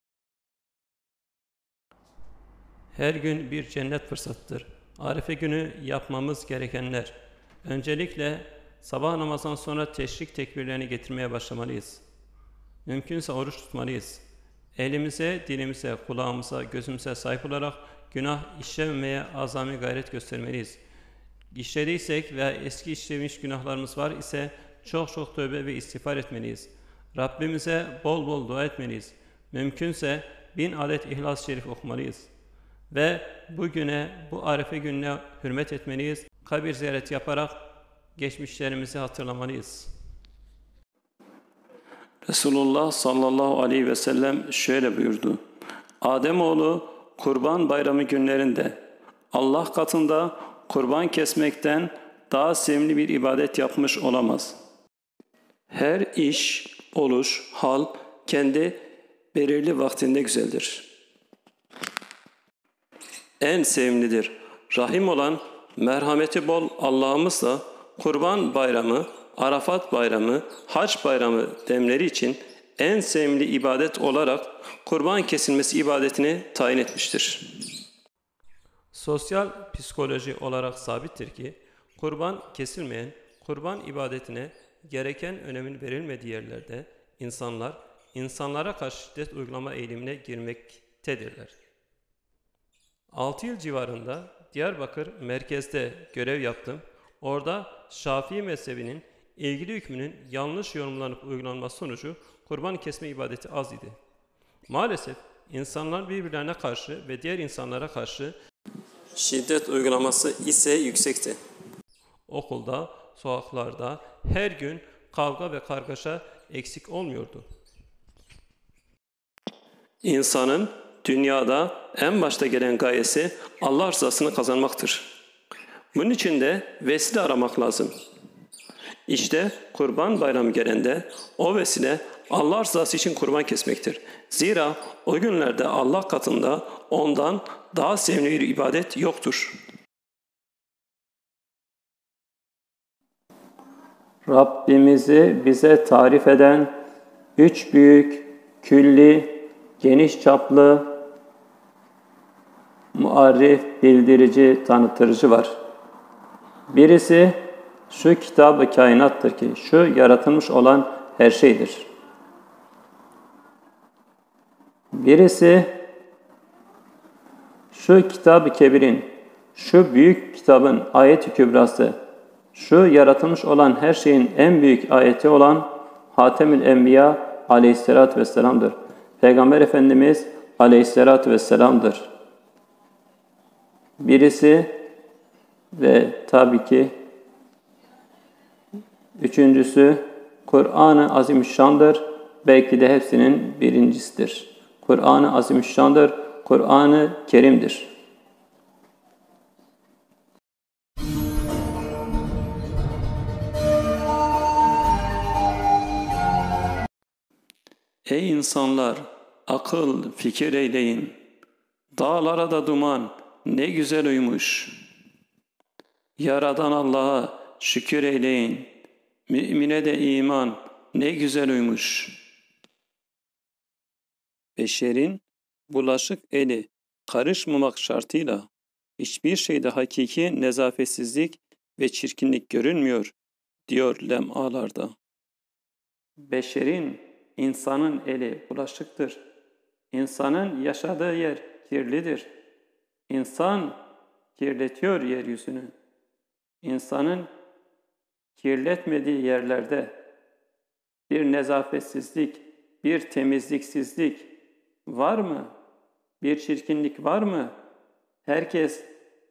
Her gün bir cennet fırsatıdır. Arife günü yapmamız gerekenler. Öncelikle sabah namazından sonra teşrik tekbirlerini getirmeye başlamalıyız. Mümkünse oruç tutmalıyız. Elimize, dilimize, kulağımıza, gözümüze sahip olarak günah işlememeye azami gayret göstermeliyiz. İşlediysek veya eski işlemiş günahlarımız var ise çok çok tövbe ve istiğfar etmeliyiz. Rabbimize bol bol dua etmeliyiz. Mümkünse 1000 adet İhlas-ı Şerif okumalıyız. Ve bugüne, bu Arife gününe hürmet etmeliyiz. Kabir ziyareti yaparak geçmişlerimizi hatırlamalıyız. Resulullah sallallahu aleyhi ve sellem şöyle buyurdu: Ademoğlu Kurban Bayramı günlerinde Allah katında kurban kesmekten daha sevimli bir ibadet yapmış olamaz. Her iş, oluş, hal kendi belirli vaktinde güzeldir. En sevimlidir. Rahim olan, merhameti bol Allah'ımızla Kurban Bayramı, Arafat Bayramı, Hac Bayramı demleri için en sevimli ibadet olarak kurban kesilmesi ibadetini tayin etmiştir. Sosyal psikoloji olarak sabittir ki, kurban kesilmeyen, kurban ibadetine gereken önemin verilmediği yerlerde insanlara karşı şiddet uygulama eğilimine girmektedirler. 6 yıl civarında Diyarbakır merkezde görev yaptım. Orada Şafii mezhebinin ilgili hükmünün yanlış yorumlanıp uygulanması sonucu kurban kesme ibadeti az idi. Maalesef insanlar birbirlerine karşı ve diğer insanlara karşı Şiddet uygulaması ise yüksekti. Okulda, sokaklarda her gün kavga ve kargaşa eksik olmuyordu. İnsanın dünyada en başta gelen gayesi Allah rızasını kazanmaktır. Bunun için de vesile aramak lazım. İşte Kurban Bayramı gelende o vesile Allah rızası için kurban kesmektir. Zira o günlerde Allah katında ondan daha sevimli bir ibadet yoktur. Rabbimizi bize tarif eden 3 büyük, külli, geniş çaplı, muarrif, bildirici, tanıtırıcı var. Birisi şu kitab-ı kainattır ki şu yaratılmış olan her şeydir. Birisi şu kitab-ı kebirin, şu büyük kitabın ayet-i kübrası, şu yaratılmış olan her şeyin en büyük ayeti olan Hatemül Enbiya aleyhissalatü vesselam'dır. Peygamber Efendimiz aleyhissalatü vesselam'dır. Birisi ve tabii ki üçüncüsü Kur'an-ı Azimüşşan'dır. Belki de hepsinin birincisidir. Kur'an-ı Azimüşşan'dır. Kur'an-ı Kerim'dir. Ey insanlar! Akıl, fikir eyleyin. Dağlara da duman ne güzel uymuş. Yaradan Allah'a şükür eyleyin. Mümine de iman ne güzel uymuş. Beşerin bulaşık eli karışmamak şartıyla hiçbir şeyde hakiki nezafetsizlik ve çirkinlik görünmüyor, diyor lemalarda. Beşerin, insanın eli bulaşıktır. İnsanın yaşadığı yer kirlidir. İnsan kirletiyor yeryüzünü. İnsanın kirletmediği yerlerde bir nezafetsizlik, bir temizliksizlik var mı? Bir çirkinlik var mı? Herkes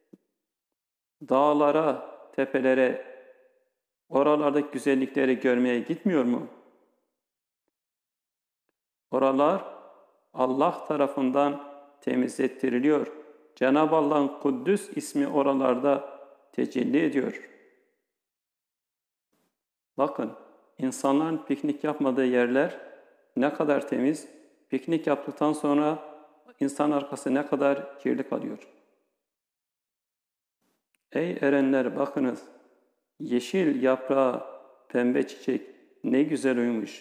dağlara, tepelere, oralardaki güzellikleri görmeye gitmiyor mu? Oralar Allah tarafından temizlettiriliyor. Cenab-ı Allah'ın Kuddüs ismi oralarda tecelli ediyor. Bakın, insanların piknik yapmadığı yerler ne kadar temiz, piknik yaptıktan sonra insan arkası ne kadar kirli kalıyor. Ey erenler bakınız, yeşil yaprağı, pembe çiçek ne güzel uymuş.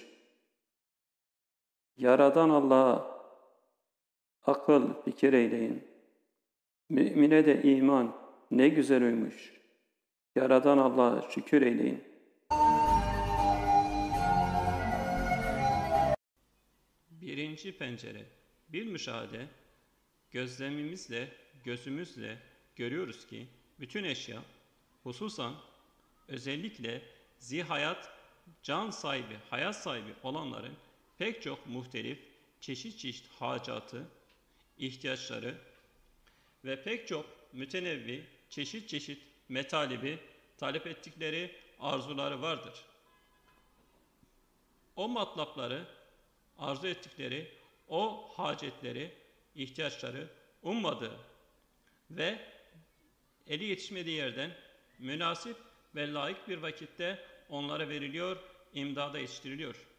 Yaradan Allah'a akıl, fikir eyleyin. Mümine de iman ne güzel uymuş. Yaradan Allah'a şükür eyleyin. Birinci pencere. Bir müşahede, gözlemimizle, gözümüzle görüyoruz ki bütün eşya, hususan özellikle zihayat, can sahibi, hayat sahibi olanların pek çok muhtelif, çeşit çeşit hacatı, ihtiyaçları ve pek çok mütenevvi, çeşit çeşit metalibi talep ettikleri arzuları vardır. O matlapları, arzu ettikleri, o hacetleri, ihtiyaçları ummadığı ve eli yetişmediği yerden münasip ve layık bir vakitte onlara veriliyor, imdada yetiştiriliyor.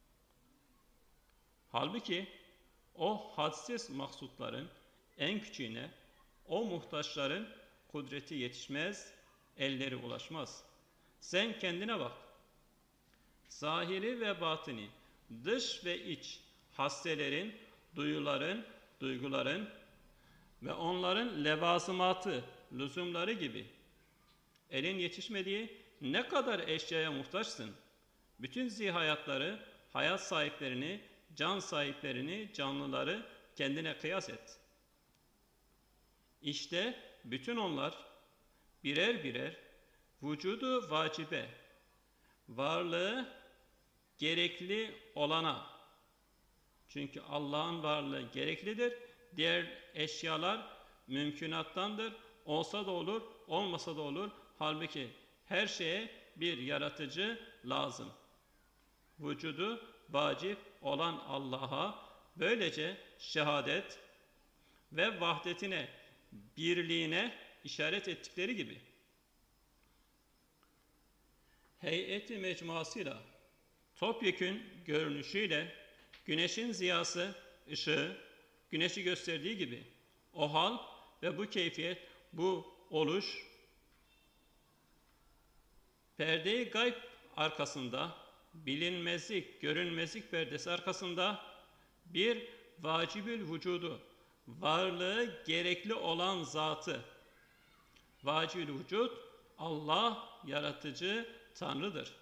Halbuki o hadsiz maksutların en küçüğüne, o muhtaçların kudreti yetişmez, elleri ulaşmaz. Sen kendine bak. Zahiri ve batini, dış ve iç, hastelerin, duyuların, duyguların ve onların levazımatı, lüzumları gibi elin yetişmediği ne kadar eşyaya muhtaçsın. Bütün zihayatları, hayat sahiplerini, can sahiplerini, canlıları kendine kıyas et. İşte bütün onlar birer birer vücudu vacibe, varlığı gerekli olana, çünkü Allah'ın varlığı gereklidir, diğer eşyalar mümkünattandır, olsa da olur, olmasa da olur. Halbuki her şeye bir yaratıcı lazım. Vücudu vacip olan Allah'a böylece şehadet ve vahdetine, birliğine işaret ettikleri gibi heyeti mecmuasıyla, topyekün görünüşüyle güneşin ziyası, ışığı, güneşi gösterdiği gibi o hal ve bu keyfiyet, bu oluş, perde-i gayb arkasında, bilinmezlik, görünmezlik perdesi arkasında bir vacibül vücudu, varlığı gerekli olan zatı, vacibül vücud, Allah yaratıcı Tanrı'dır.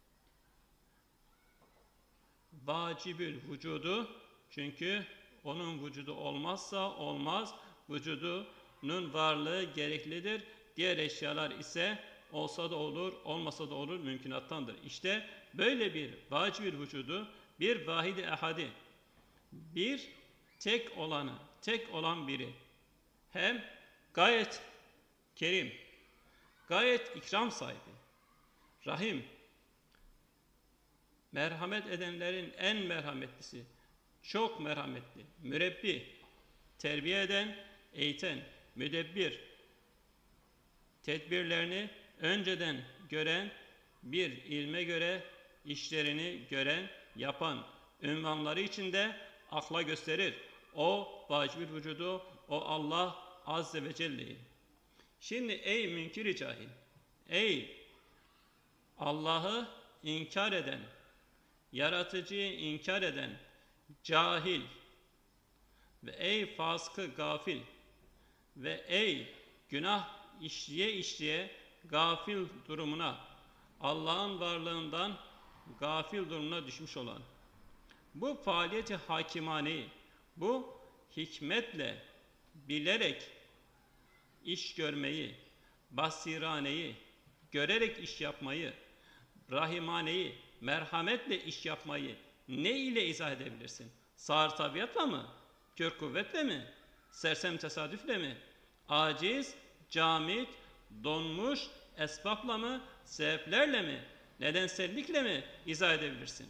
Vacibül vücudu, çünkü onun vücudu olmazsa olmaz, vücudunun varlığı gereklidir. Diğer eşyalar ise olsa da olur, olmasa da olur, mümkünattandır. İşte böyle bir vacibül vücudu, bir vahid-i ehadi, bir tek olanı, tek olan biri hem gayet kerim, gayet ikram sahibi, rahim, merhamet edenlerin en merhametlisi, çok merhametli, mürebbi, terbiye eden, eğiten, müdebbir, tedbirlerini önceden gören, bir ilme göre işlerini gören, yapan, ünvanları içinde akla gösterir. O vacib-ül vücudu, o Allah Azze ve Celle'yi. Şimdi ey münkir-i cahil, ey Allah'ı inkar eden, yaratıcıyı inkar eden cahil ve ey fasıkı gafil ve ey günah işleye gafil durumuna, Allah'ın varlığından gafil durumuna düşmüş olan, bu faaliyeti hakimaneyi, bu hikmetle bilerek iş görmeyi, basiraneyi, görerek iş yapmayı, rahimaneyi, merhametle iş yapmayı ne ile izah edebilirsin? Sağır tabiatla mı? Kör kuvvetle mi? Sersem tesadüfle mi? Aciz, camit, donmuş esbabla mı? Sebeplerle mi? Nedensellikle mi izah edebilirsin?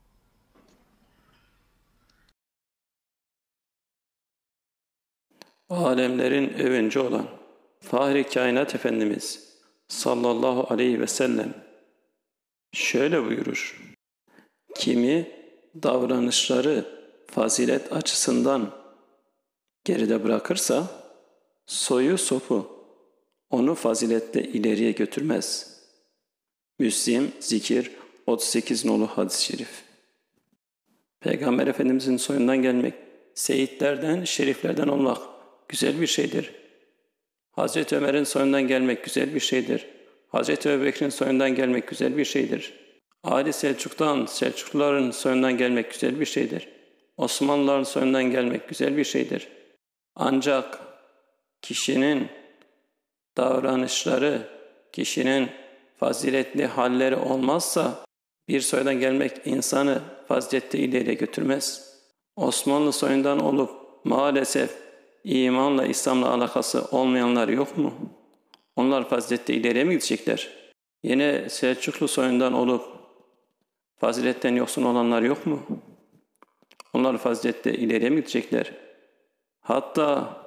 Alemlerin övüncü olan Fahri Kainat Efendimiz sallallahu aleyhi ve sellem şöyle buyurur: kimi davranışları fazilet açısından geride bırakırsa soyu sopu onu faziletle ileriye götürmez. Müslim Zikir 38 nolu hadis-i şerif. Peygamber Efendimizin soyundan gelmek, seyitlerden, şeriflerden olmak güzel bir şeydir. Hazreti Ömer'in soyundan gelmek güzel bir şeydir. Hazreti Ebubekir'in soyundan gelmek güzel bir şeydir. Ali Selçuk'tan, Selçukluların soyundan gelmek güzel bir şeydir. Osmanlıların soyundan gelmek güzel bir şeydir. Ancak kişinin davranışları, kişinin faziletli halleri olmazsa bir soydan gelmek insanı fazilette ileriye götürmez. Osmanlı soyundan olup maalesef imanla, İslam'la alakası olmayanlar yok mu? Onlar fazilette ileriye mi gidecekler? Yine Selçuklu soyundan olup faziletten yoksun olanlar yok mu? Onlar fazilette ileriye mi gidecekler? Hatta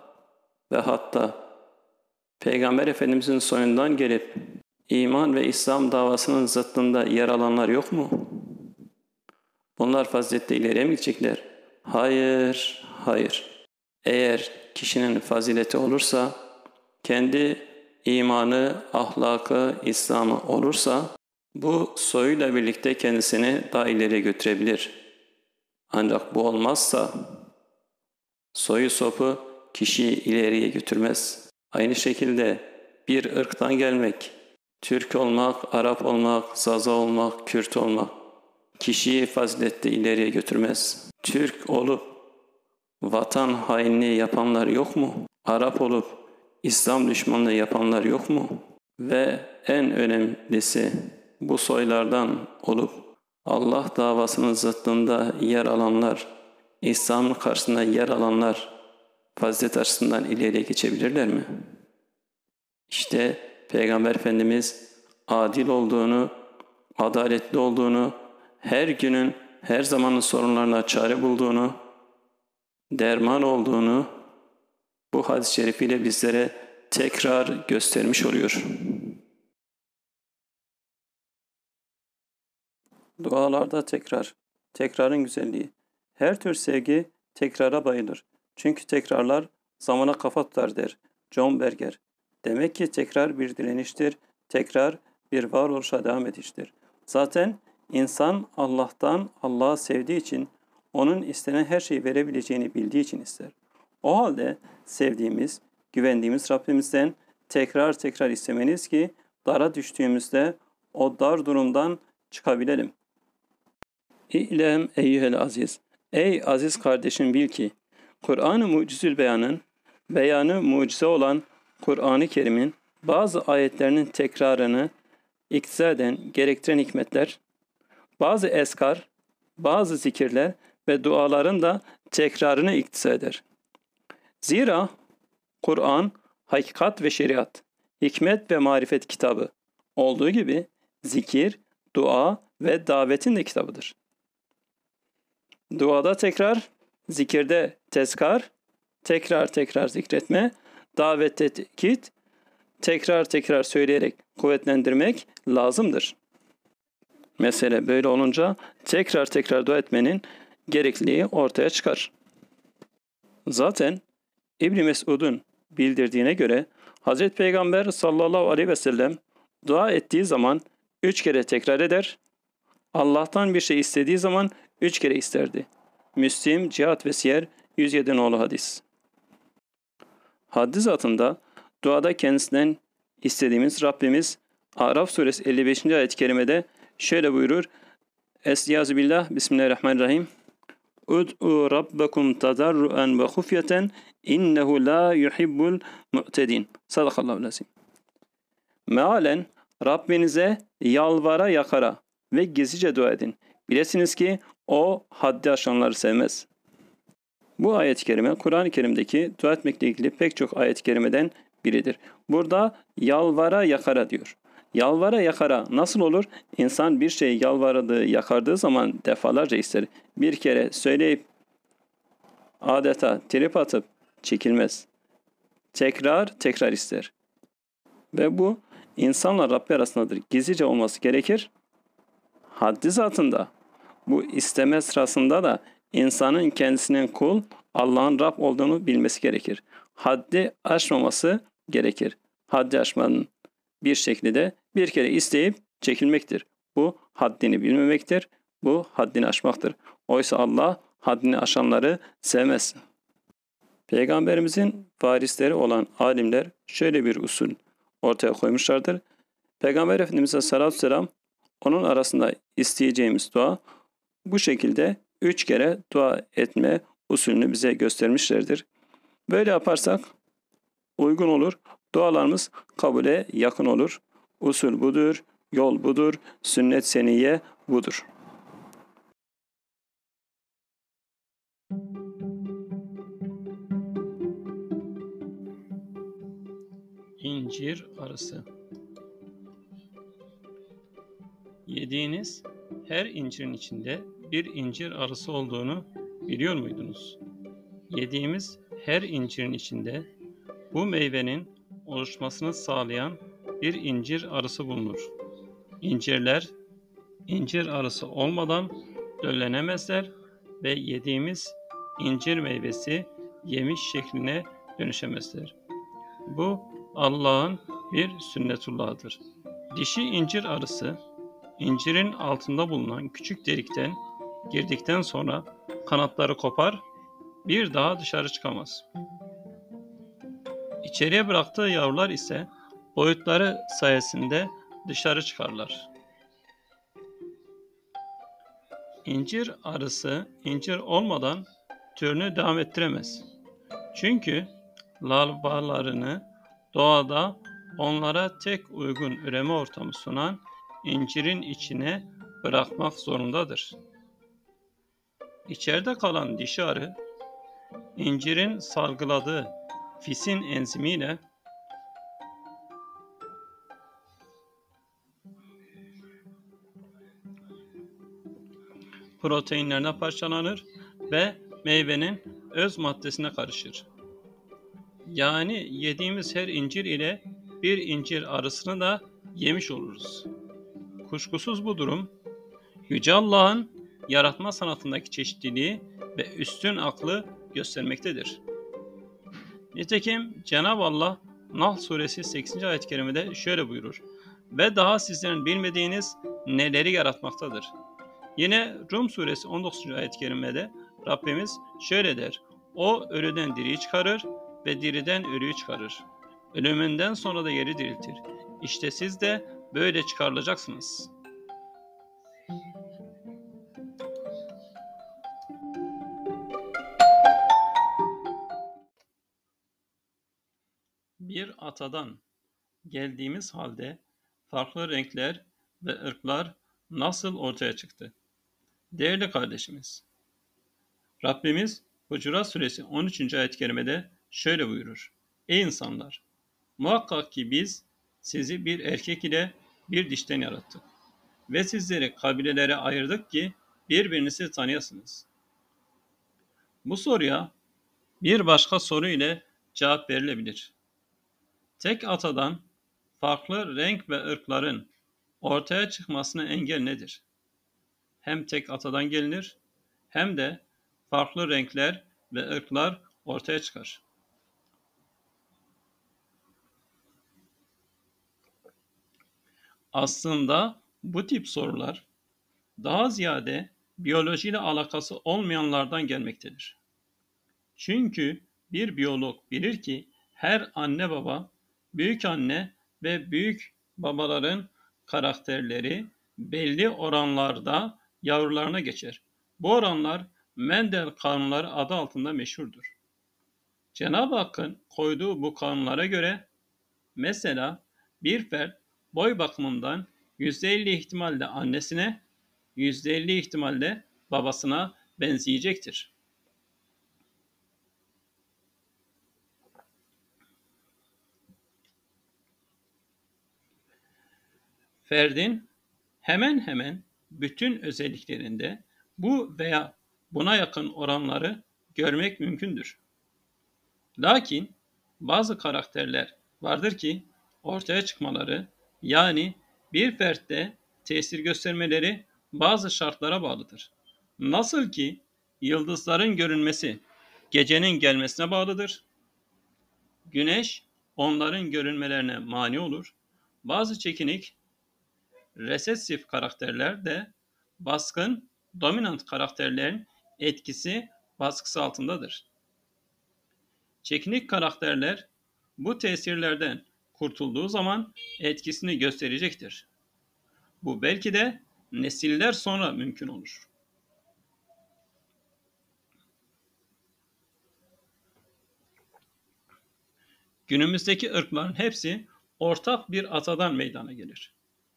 Peygamber Efendimizin soyundan gelip iman ve İslam davasının zıttında yer alanlar yok mu? Bunlar fazilette ileriye mi gidecekler? Hayır. Eğer kişinin fazileti olursa, kendi imanı, ahlakı, İslam'ı olursa, bu soyuyla birlikte kendisini daha ileriye götürebilir. Ancak bu olmazsa, soyu sopu kişiyi ileriye götürmez. Aynı şekilde bir ırktan gelmek, Türk olmak, Arap olmak, Zaza olmak, Kürt olmak, kişiyi fazilette ileriye götürmez. Türk olup vatan hainliği yapanlar yok mu? Arap olup İslam düşmanlığı yapanlar yok mu? Ve en önemlisi bu soylardan olup Allah davasının zıttında yer alanlar, İslam'ın karşısında yer alanlar fazilet açısından ileriye geçebilirler mi? İşte Peygamber Efendimiz adil olduğunu, adaletli olduğunu, her günün, her zamanın sorunlarına çare bulduğunu, derman olduğunu bu hadis-i şerifiyle bizlere tekrar göstermiş oluyor. Dualarda tekrarın güzelliği. Her tür sevgi tekrara bayılır. Çünkü tekrarlar zamana kafa tutar der John Berger. Demek ki tekrar bir direniştir, tekrar bir varoluşa devam ediştir. Zaten insan Allah'ı sevdiği için, onun istenen her şeyi verebileceğini bildiği için ister. O halde sevdiğimiz, güvendiğimiz Rabbimizden tekrar istemeniz ki dara düştüğümüzde o dar durumdan çıkabilelim. İ'lem eyyühel aziz. Ey aziz kardeşim bil ki Kur'an-ı Mucizül Beyan'ın beyanı mucize olan Kur'an-ı Kerim'in bazı ayetlerinin tekrarını iktiza eden gerektiren hikmetler, bazı eskar, bazı zikirler ve duaların da tekrarını iktiza eder. Zira Kur'an hakikat ve şeriat, hikmet ve marifet kitabı olduğu gibi zikir, dua ve davetin de kitabıdır. Duada tekrar, zikirde tezkar, tekrar tekrar zikretme, davette tekit, tekrar tekrar söyleyerek kuvvetlendirmek lazımdır. Mesele böyle olunca tekrar tekrar dua etmenin gerekliliği ortaya çıkar. Zaten İbn Mesud'un bildirdiğine göre Hazreti Peygamber sallallahu aleyhi ve sellem dua ettiği zaman 3 kere tekrar eder, Allah'tan bir şey istediği zaman 3 kere isterdi. Müslim, Cihat ve Siyer 107 nolu hadis. Haddi zatında duada kendisinden istediğimiz Rabbimiz Araf suresi 55. ayet-i kerimede şöyle buyurur. Estaizu billah, bismillahirrahmanirrahim. Ud'u rabbakum tadarruen ve hufyeten innehu la yuhibbul mu'tedin. Sadakallahu lazim. Mealen Rabbinize yalvara yakara ve gizlice dua edin. Bilesiniz ki o haddi aşanları sevmez. Bu ayet-i kerime Kur'an-ı Kerim'deki dua etmekle ilgili pek çok ayet-i kerimeden biridir. Burada yalvara yakara diyor. Yalvara yakara nasıl olur? İnsan bir şeyi yalvardığı, yakardığı zaman defalarca ister. Bir kere söyleyip adeta trip atıp çekilmez. Tekrar tekrar ister. Ve bu insanla Rabbi arasındadır. Gizlice olması gerekir. Haddi zatında bu isteme sırasında da insanın kendisinin kul, Allah'ın Rab olduğunu bilmesi gerekir. Haddi aşmaması gerekir. Haddi aşmanın bir şekli de bir kere isteyip çekilmektir. Bu haddini bilmemektir. Bu haddini aşmaktır. Oysa Allah haddini aşanları sevmez. Peygamberimizin varisleri olan alimler şöyle bir usul ortaya koymuşlardır. Peygamber Efendimiz'e sallallahu aleyhi ve sellem onun arasında isteyeceğimiz dua bu şekilde 3 kere dua etme usulünü bize göstermişlerdir. Böyle yaparsak uygun olur. Dualarımız kabule yakın olur. Usul budur, yol budur, sünnet seniyye budur. İncir arısı. Yediğiniz her incirin içinde bir incir arısı olduğunu biliyor muydunuz? Yediğimiz her incirin içinde bu meyvenin oluşmasını sağlayan bir incir arısı bulunur. İncirler, incir arısı olmadan döllenemezler ve yediğimiz incir meyvesi yemiş şekline dönüşemezler. Bu Allah'ın bir sünnetullah'dır. Dişi incir arısı, incirin altında bulunan küçük delikten girdikten sonra kanatları kopar, bir daha dışarı çıkamaz. İçeriye bıraktığı yavrular ise boyutları sayesinde dışarı çıkarlar. İncir arısı incir olmadan türünü devam ettiremez. Çünkü larvalarını doğada onlara tek uygun üreme ortamı sunan incirin içine bırakmak zorundadır. İçeride kalan dişi arı, incirin salgıladığı fisin enzimiyle proteinlerine parçalanır ve meyvenin öz maddesine karışır. Yani yediğimiz her incir ile bir incir arısını da yemiş oluruz. Kuşkusuz bu durum, Yüce Allah'ın yaratma sanatındaki çeşitliliği ve üstün aklı göstermektedir. Nitekim Cenab-ı Allah Nahl suresi 8. ayet-i kerimede şöyle buyurur: ve daha sizlerin bilmediğiniz neleri yaratmaktadır. Yine Rum suresi 19. ayet-i kerimede Rabbimiz şöyle der: o ölüden diriyi çıkarır ve diriden ölüyü çıkarır. Ölümünden sonra da yeri diriltir. İşte siz de böyle çıkarılacaksınız. Bir atadan geldiğimiz halde farklı renkler ve ırklar nasıl ortaya çıktı? Değerli kardeşimiz, Rabbimiz Hucurat suresi 13. ayet-i kerimede şöyle buyurur: ey insanlar! Muhakkak ki biz sizi bir erkek ile bir dişten yarattık ve sizleri kabilelere ayırdık ki birbirinizi tanıyasınız. Bu soruya bir başka soru ile cevap verilebilir. Tek atadan farklı renk ve ırkların ortaya çıkmasına engel nedir? Hem tek atadan gelinir hem de farklı renkler ve ırklar ortaya çıkar. Aslında bu tip sorular daha ziyade biyolojiyle alakası olmayanlardan gelmektedir. Çünkü bir biyolog bilir ki her anne baba, büyük anne ve büyük babaların karakterleri belli oranlarda yavrularına geçer. Bu oranlar Mendel kanunları adı altında meşhurdur. Cenab-ı Hakk'ın koyduğu bu kanunlara göre mesela bir fert boy bakımından %50 ihtimalle annesine, %50 ihtimalle babasına benzeyecektir. Ferdin hemen hemen bütün özelliklerinde bu veya buna yakın oranları görmek mümkündür. Lakin bazı karakterler vardır ki ortaya çıkmaları, yani bir fertte tesir göstermeleri bazı şartlara bağlıdır. Nasıl ki yıldızların görünmesi gecenin gelmesine bağlıdır. Güneş onların görünmelerine mani olur. Bazı çekinik, resesif karakterler de baskın, dominant karakterlerin baskısı altındadır. Çekinik karakterler bu tesirlerden kurtulduğu zaman etkisini gösterecektir. Bu belki de nesiller sonra mümkün olur. Günümüzdeki ırkların hepsi ortak bir atadan meydana gelir.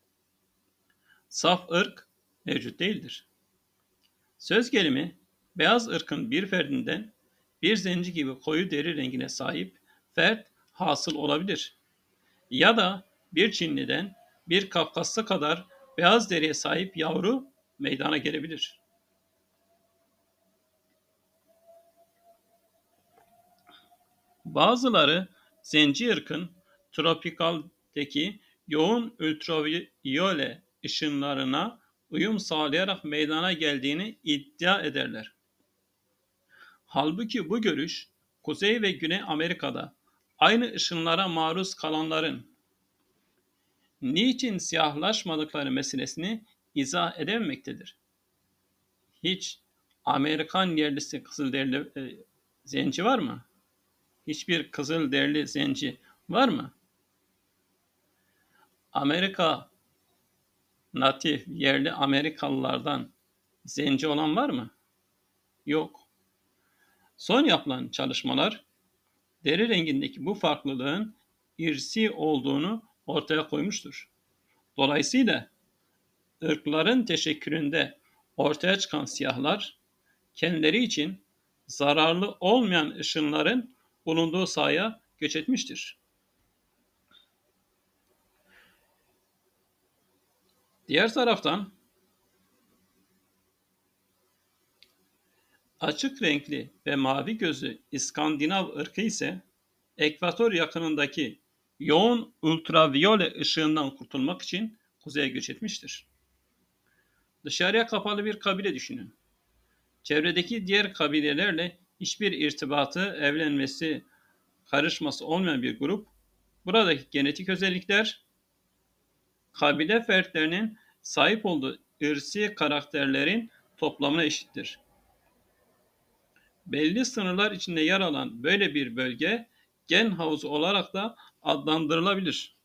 Saf ırk mevcut değildir. Söz gelimi beyaz ırkın bir ferdinden bir zenci gibi koyu deri rengine sahip fert hasıl olabilir. Ya da bir Çinliden bir Kafkaslı kadar beyaz deriye sahip yavru meydana gelebilir. Bazıları zenci ırkın tropikaldeki yoğun ultraviyole ışınlarına uyum sağlayarak meydana geldiğini iddia ederler. Halbuki bu görüş Kuzey ve Güney Amerika'da aynı ışınlara maruz kalanların niçin siyahlaşmadıkları meselesini izah edememektedir. Hiç Amerikan yerlisi kızılderili zenci var mı? Hiçbir kızılderili zenci var mı? Amerika natif yerli Amerikalılardan zenci olan var mı? Yok. Son yapılan çalışmalar deri rengindeki bu farklılığın irsi olduğunu ortaya koymuştur. Dolayısıyla ırkların teşekküründe ortaya çıkan siyahlar kendileri için zararlı olmayan ışınların bulunduğu sahaya göç etmiştir. Diğer taraftan açık renkli ve mavi gözlü İskandinav ırkı ise ekvator yakınındaki yoğun ultraviyole ışığından kurtulmak için kuzeye göç etmiştir. Dışarıya kapalı bir kabile düşünün. Çevredeki diğer kabilelerle hiçbir irtibatı, evlenmesi, karışması olmayan bir grup, buradaki genetik özellikler, kabile fertlerinin sahip olduğu ırsi karakterlerin toplamına eşittir. Belli sınırlar içinde yer alan böyle bir bölge gen havuzu olarak da adlandırılabilir.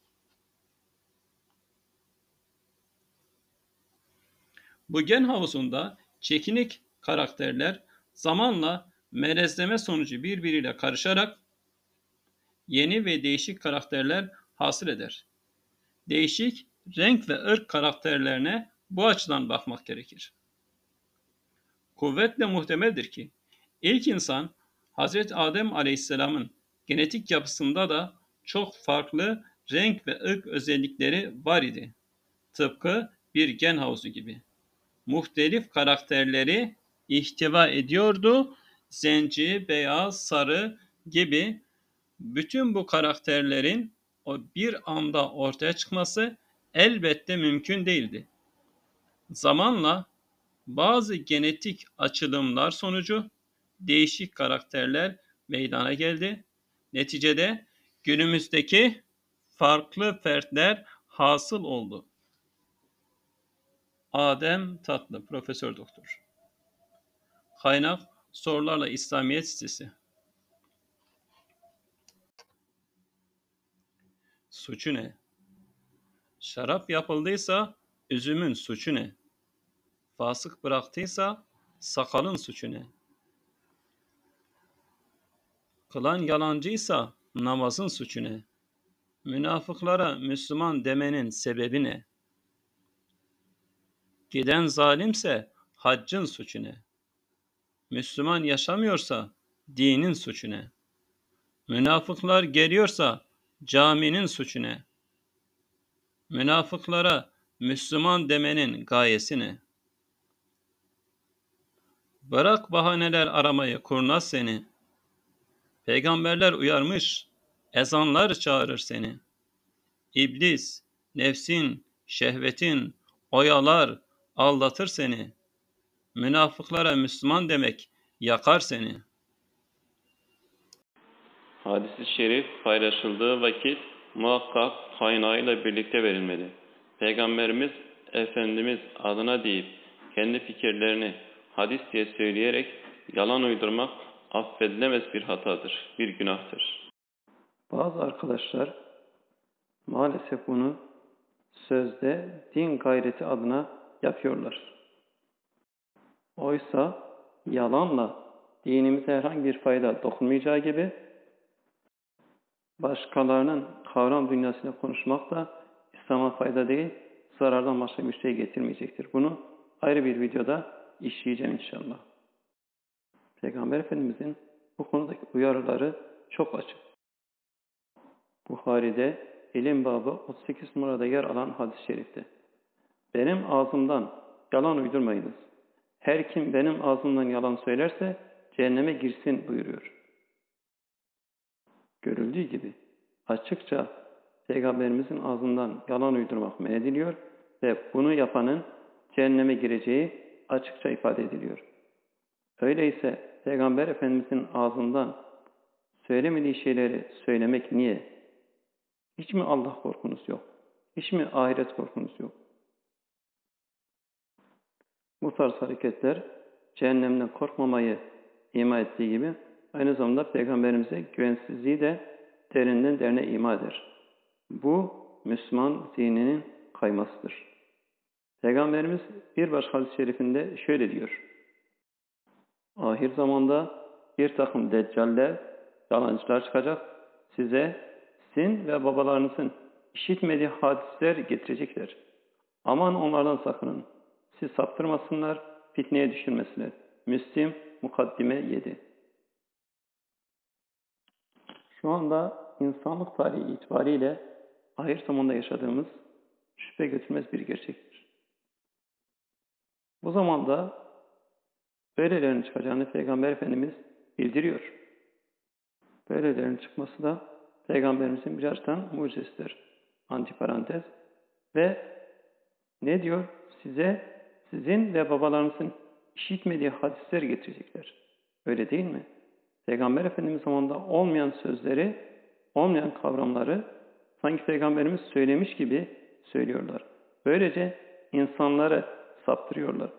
Bu gen havuzunda çekinik karakterler zamanla melezleme sonucu birbiriyle karışarak yeni ve değişik karakterler hasıl eder. Değişik renk ve ırk karakterlerine bu açıdan bakmak gerekir. Kuvvetle muhtemeldir ki ilk insan Hz. Adem Aleyhisselam'ın genetik yapısında da çok farklı renk ve ırk özellikleri var idi. Tıpkı bir gen havuzu gibi. Muhtelif karakterleri ihtiva ediyordu. Zenci, beyaz, sarı gibi bütün bu karakterlerin o bir anda ortaya çıkması elbette mümkün değildi. Zamanla bazı genetik açılımlar sonucu değişik karakterler meydana geldi. Neticede günümüzdeki farklı fertler hasıl oldu. Adem Tatlı, Profesör Doktor. Kaynak Sorularla İslamiyet sitesi. Suçu ne? Şarap yapıldıysa üzümün suçu ne? Fasık bıraktıysa sakalın suçu ne? Kılan yalancıysa namazın suçu ne? Münafıklara Müslüman demenin sebebi ne? Giden zalimse haccın suçu ne? Müslüman yaşamıyorsa dinin suçu ne? Münafıklar geliyorsa caminin suçu ne? Münafıklara Müslüman demenin gayesi ne? Bırak bahaneler aramayı kurnaz seni. Peygamberler uyarmış, ezanlar çağırır seni. İblis, nefsin, şehvetin, oyalar, aldatır seni. Münafıklara Müslüman demek yakar seni. Hadis-i şerif paylaşıldığı vakit muhakkak kaynağıyla birlikte verilmeli. Peygamberimiz Efendimiz adına deyip kendi fikirlerini hadis diye söyleyerek yalan uydurmak affedilemez bir hatadır, bir günahtır. Bazı arkadaşlar maalesef bunu sözde din gayreti adına yapıyorlar. Oysa yalanla dinimize herhangi bir fayda dokunmayacağı gibi başkalarının kavram dünyasıyla konuşmak da İslam'a fayda değil, zarardan başka bir şey getirmeyecektir. Bunu ayrı bir videoda işleyeceğim inşallah. Peygamber Efendimizin bu konudaki uyarıları çok açık. Buhari'de ilim babı 38 numarada yer alan hadis-i şerifte. Benim ağzımdan yalan uydurmayınız. Her kim benim ağzımdan yalan söylerse cehenneme girsin buyuruyor. Görüldüğü gibi açıkça Peygamberimizin ağzından yalan uydurmak men ediliyor ve bunu yapanın cehenneme gireceği açıkça ifade ediliyor. Öyleyse Peygamber Efendimizin ağzından söylemediği şeyleri söylemek niye? Hiç mi Allah korkunuz yok? Hiç mi ahiret korkunuz yok? Bu tarz hareketler cehennemden korkmamayı ima ettiği gibi aynı zamanda Peygamberimize güvensizliği de derinden derine ima eder. Bu Müslüman zihninin kaymasıdır. Peygamberimiz bir başka hadis-i şerifinde şöyle diyor. Ahir zamanda bir takım deccaller, yalancılar çıkacak. Size sizin ve babalarınızın işitmediği hadisler getirecekler. Aman onlardan sakının. Siz saptırmasınlar, fitneye düşürmesinler. Müslim Mukaddime 7. Şu anda insanlık tarihi itibariyle ahir zamanda yaşadığımız şüphe götürmez bir gerçektir. Bu zamanda böylelerin çıkacağını Peygamber Efendimiz bildiriyor. Böylelerin çıkması da Peygamberimizin bir açıdan mucizesidir. Antiparantez. Ve ne diyor? Size sizin ve babalarınızın işitmediği hadisler getirecekler. Öyle değil mi? Peygamber Efendimiz zamanında olmayan sözleri, olmayan kavramları sanki Peygamberimiz söylemiş gibi söylüyorlar. Böylece insanları saptırıyorlar.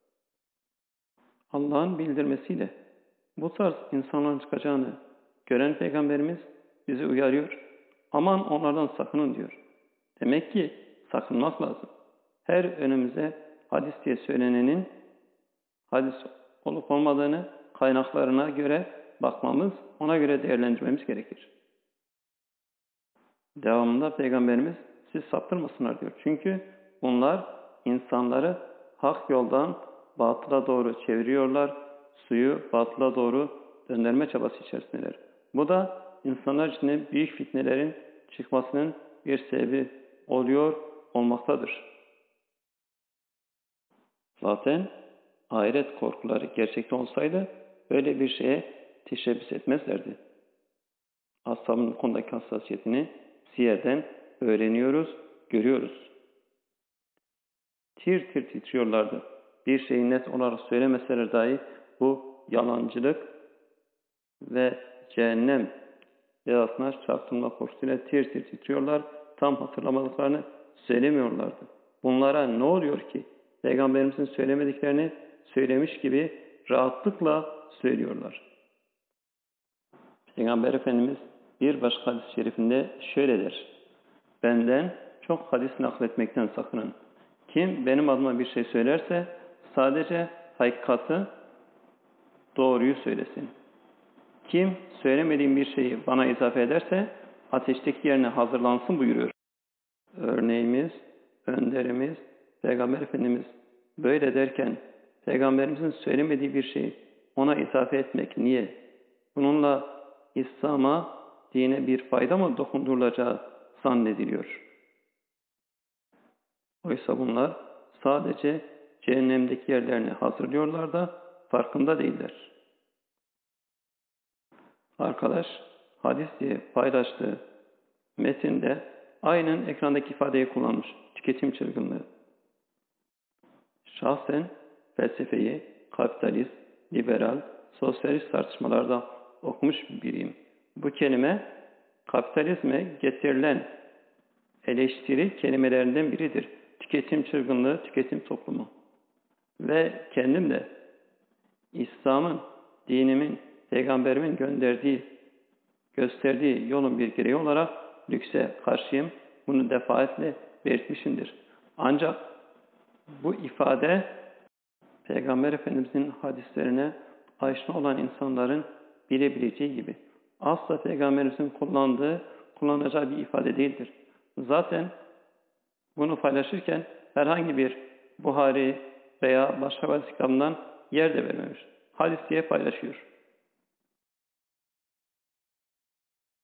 Allah'ın bildirmesiyle bu tarz insanların çıkacağını gören Peygamberimiz bizi uyarıyor. Aman onlardan sakının diyor. Demek ki sakınmak lazım. Her önümüze hadis diye söylenenin hadis olup olmadığını kaynaklarına göre bakmamız, ona göre değerlendirmemiz gerekir. Devamında Peygamberimiz siz saptırmasınlar diyor. Çünkü bunlar insanları hak yoldan batıla doğru çeviriyorlar. Suyu batıla doğru döndürme çabası içerisindeler. Bu da insanlar için büyük fitnelerin çıkmasının bir sebebi oluyor olmaktadır. Zaten ahiret korkuları gerçekte olsaydı böyle bir şeye teşebbüs etmezlerdi. Ashabın bu konudaki hassasiyetini siyerden öğreniyoruz, görüyoruz. Tir tir titriyorlardı. Bir şeyi net olarak söylemeseler dahi bu yalancılık ve cehennem cezasına çarptırma korkusuyla tir tir titriyorlar. Tam hatırlamadıklarını söylemiyorlardı. Bunlara ne oluyor ki? Peygamberimizin söylemediklerini söylemiş gibi rahatlıkla söylüyorlar. Peygamber Efendimiz bir başka hadis-i şerifinde şöyle der: benden çok hadis nakletmekten sakının. Kim benim adıma bir şey söylerse sadece hakikati, doğruyu söylesin. Kim söylemediğim bir şeyi bana izafe ederse ateşteki yerine hazırlansın buyuruyor. Örneğimiz, önderimiz, Peygamber Efendimiz böyle derken Peygamberimizin söylemediği bir şeyi ona izafe etmek niye? Bununla İslam'a, dine bir fayda mı dokundurulacağı zannediliyor. Oysa bunlar sadece cehennemdeki yerlerini hazırlıyorlar da farkında değiller. Arkadaş hadis diye paylaştığı metinde aynen ekrandaki ifadeyi kullanmış. Tüketim çılgınlığı. Şahsen felsefeyi kapitalist, liberal, sosyalist tartışmalarda okumuş biriyim. Bu kelime kapitalizme getirilen eleştiri kelimelerinden biridir. Tüketim çılgınlığı, tüketim toplumu. Ve kendim de İslam'ın, dinimin, peygamberimin gösterdiği yolun bir gereği olarak lükse karşıyım. Bunu defaatle belirtmişimdir. Ancak bu ifade Peygamber Efendimizin hadislerine aşina olan insanların bilebileceği gibi asla Peygamberimizin kullanacağı bir ifade değildir. Zaten bunu paylaşırken herhangi bir Buhari veya başka hadis kitabından yer de vermemiş. Hadis diye paylaşıyor.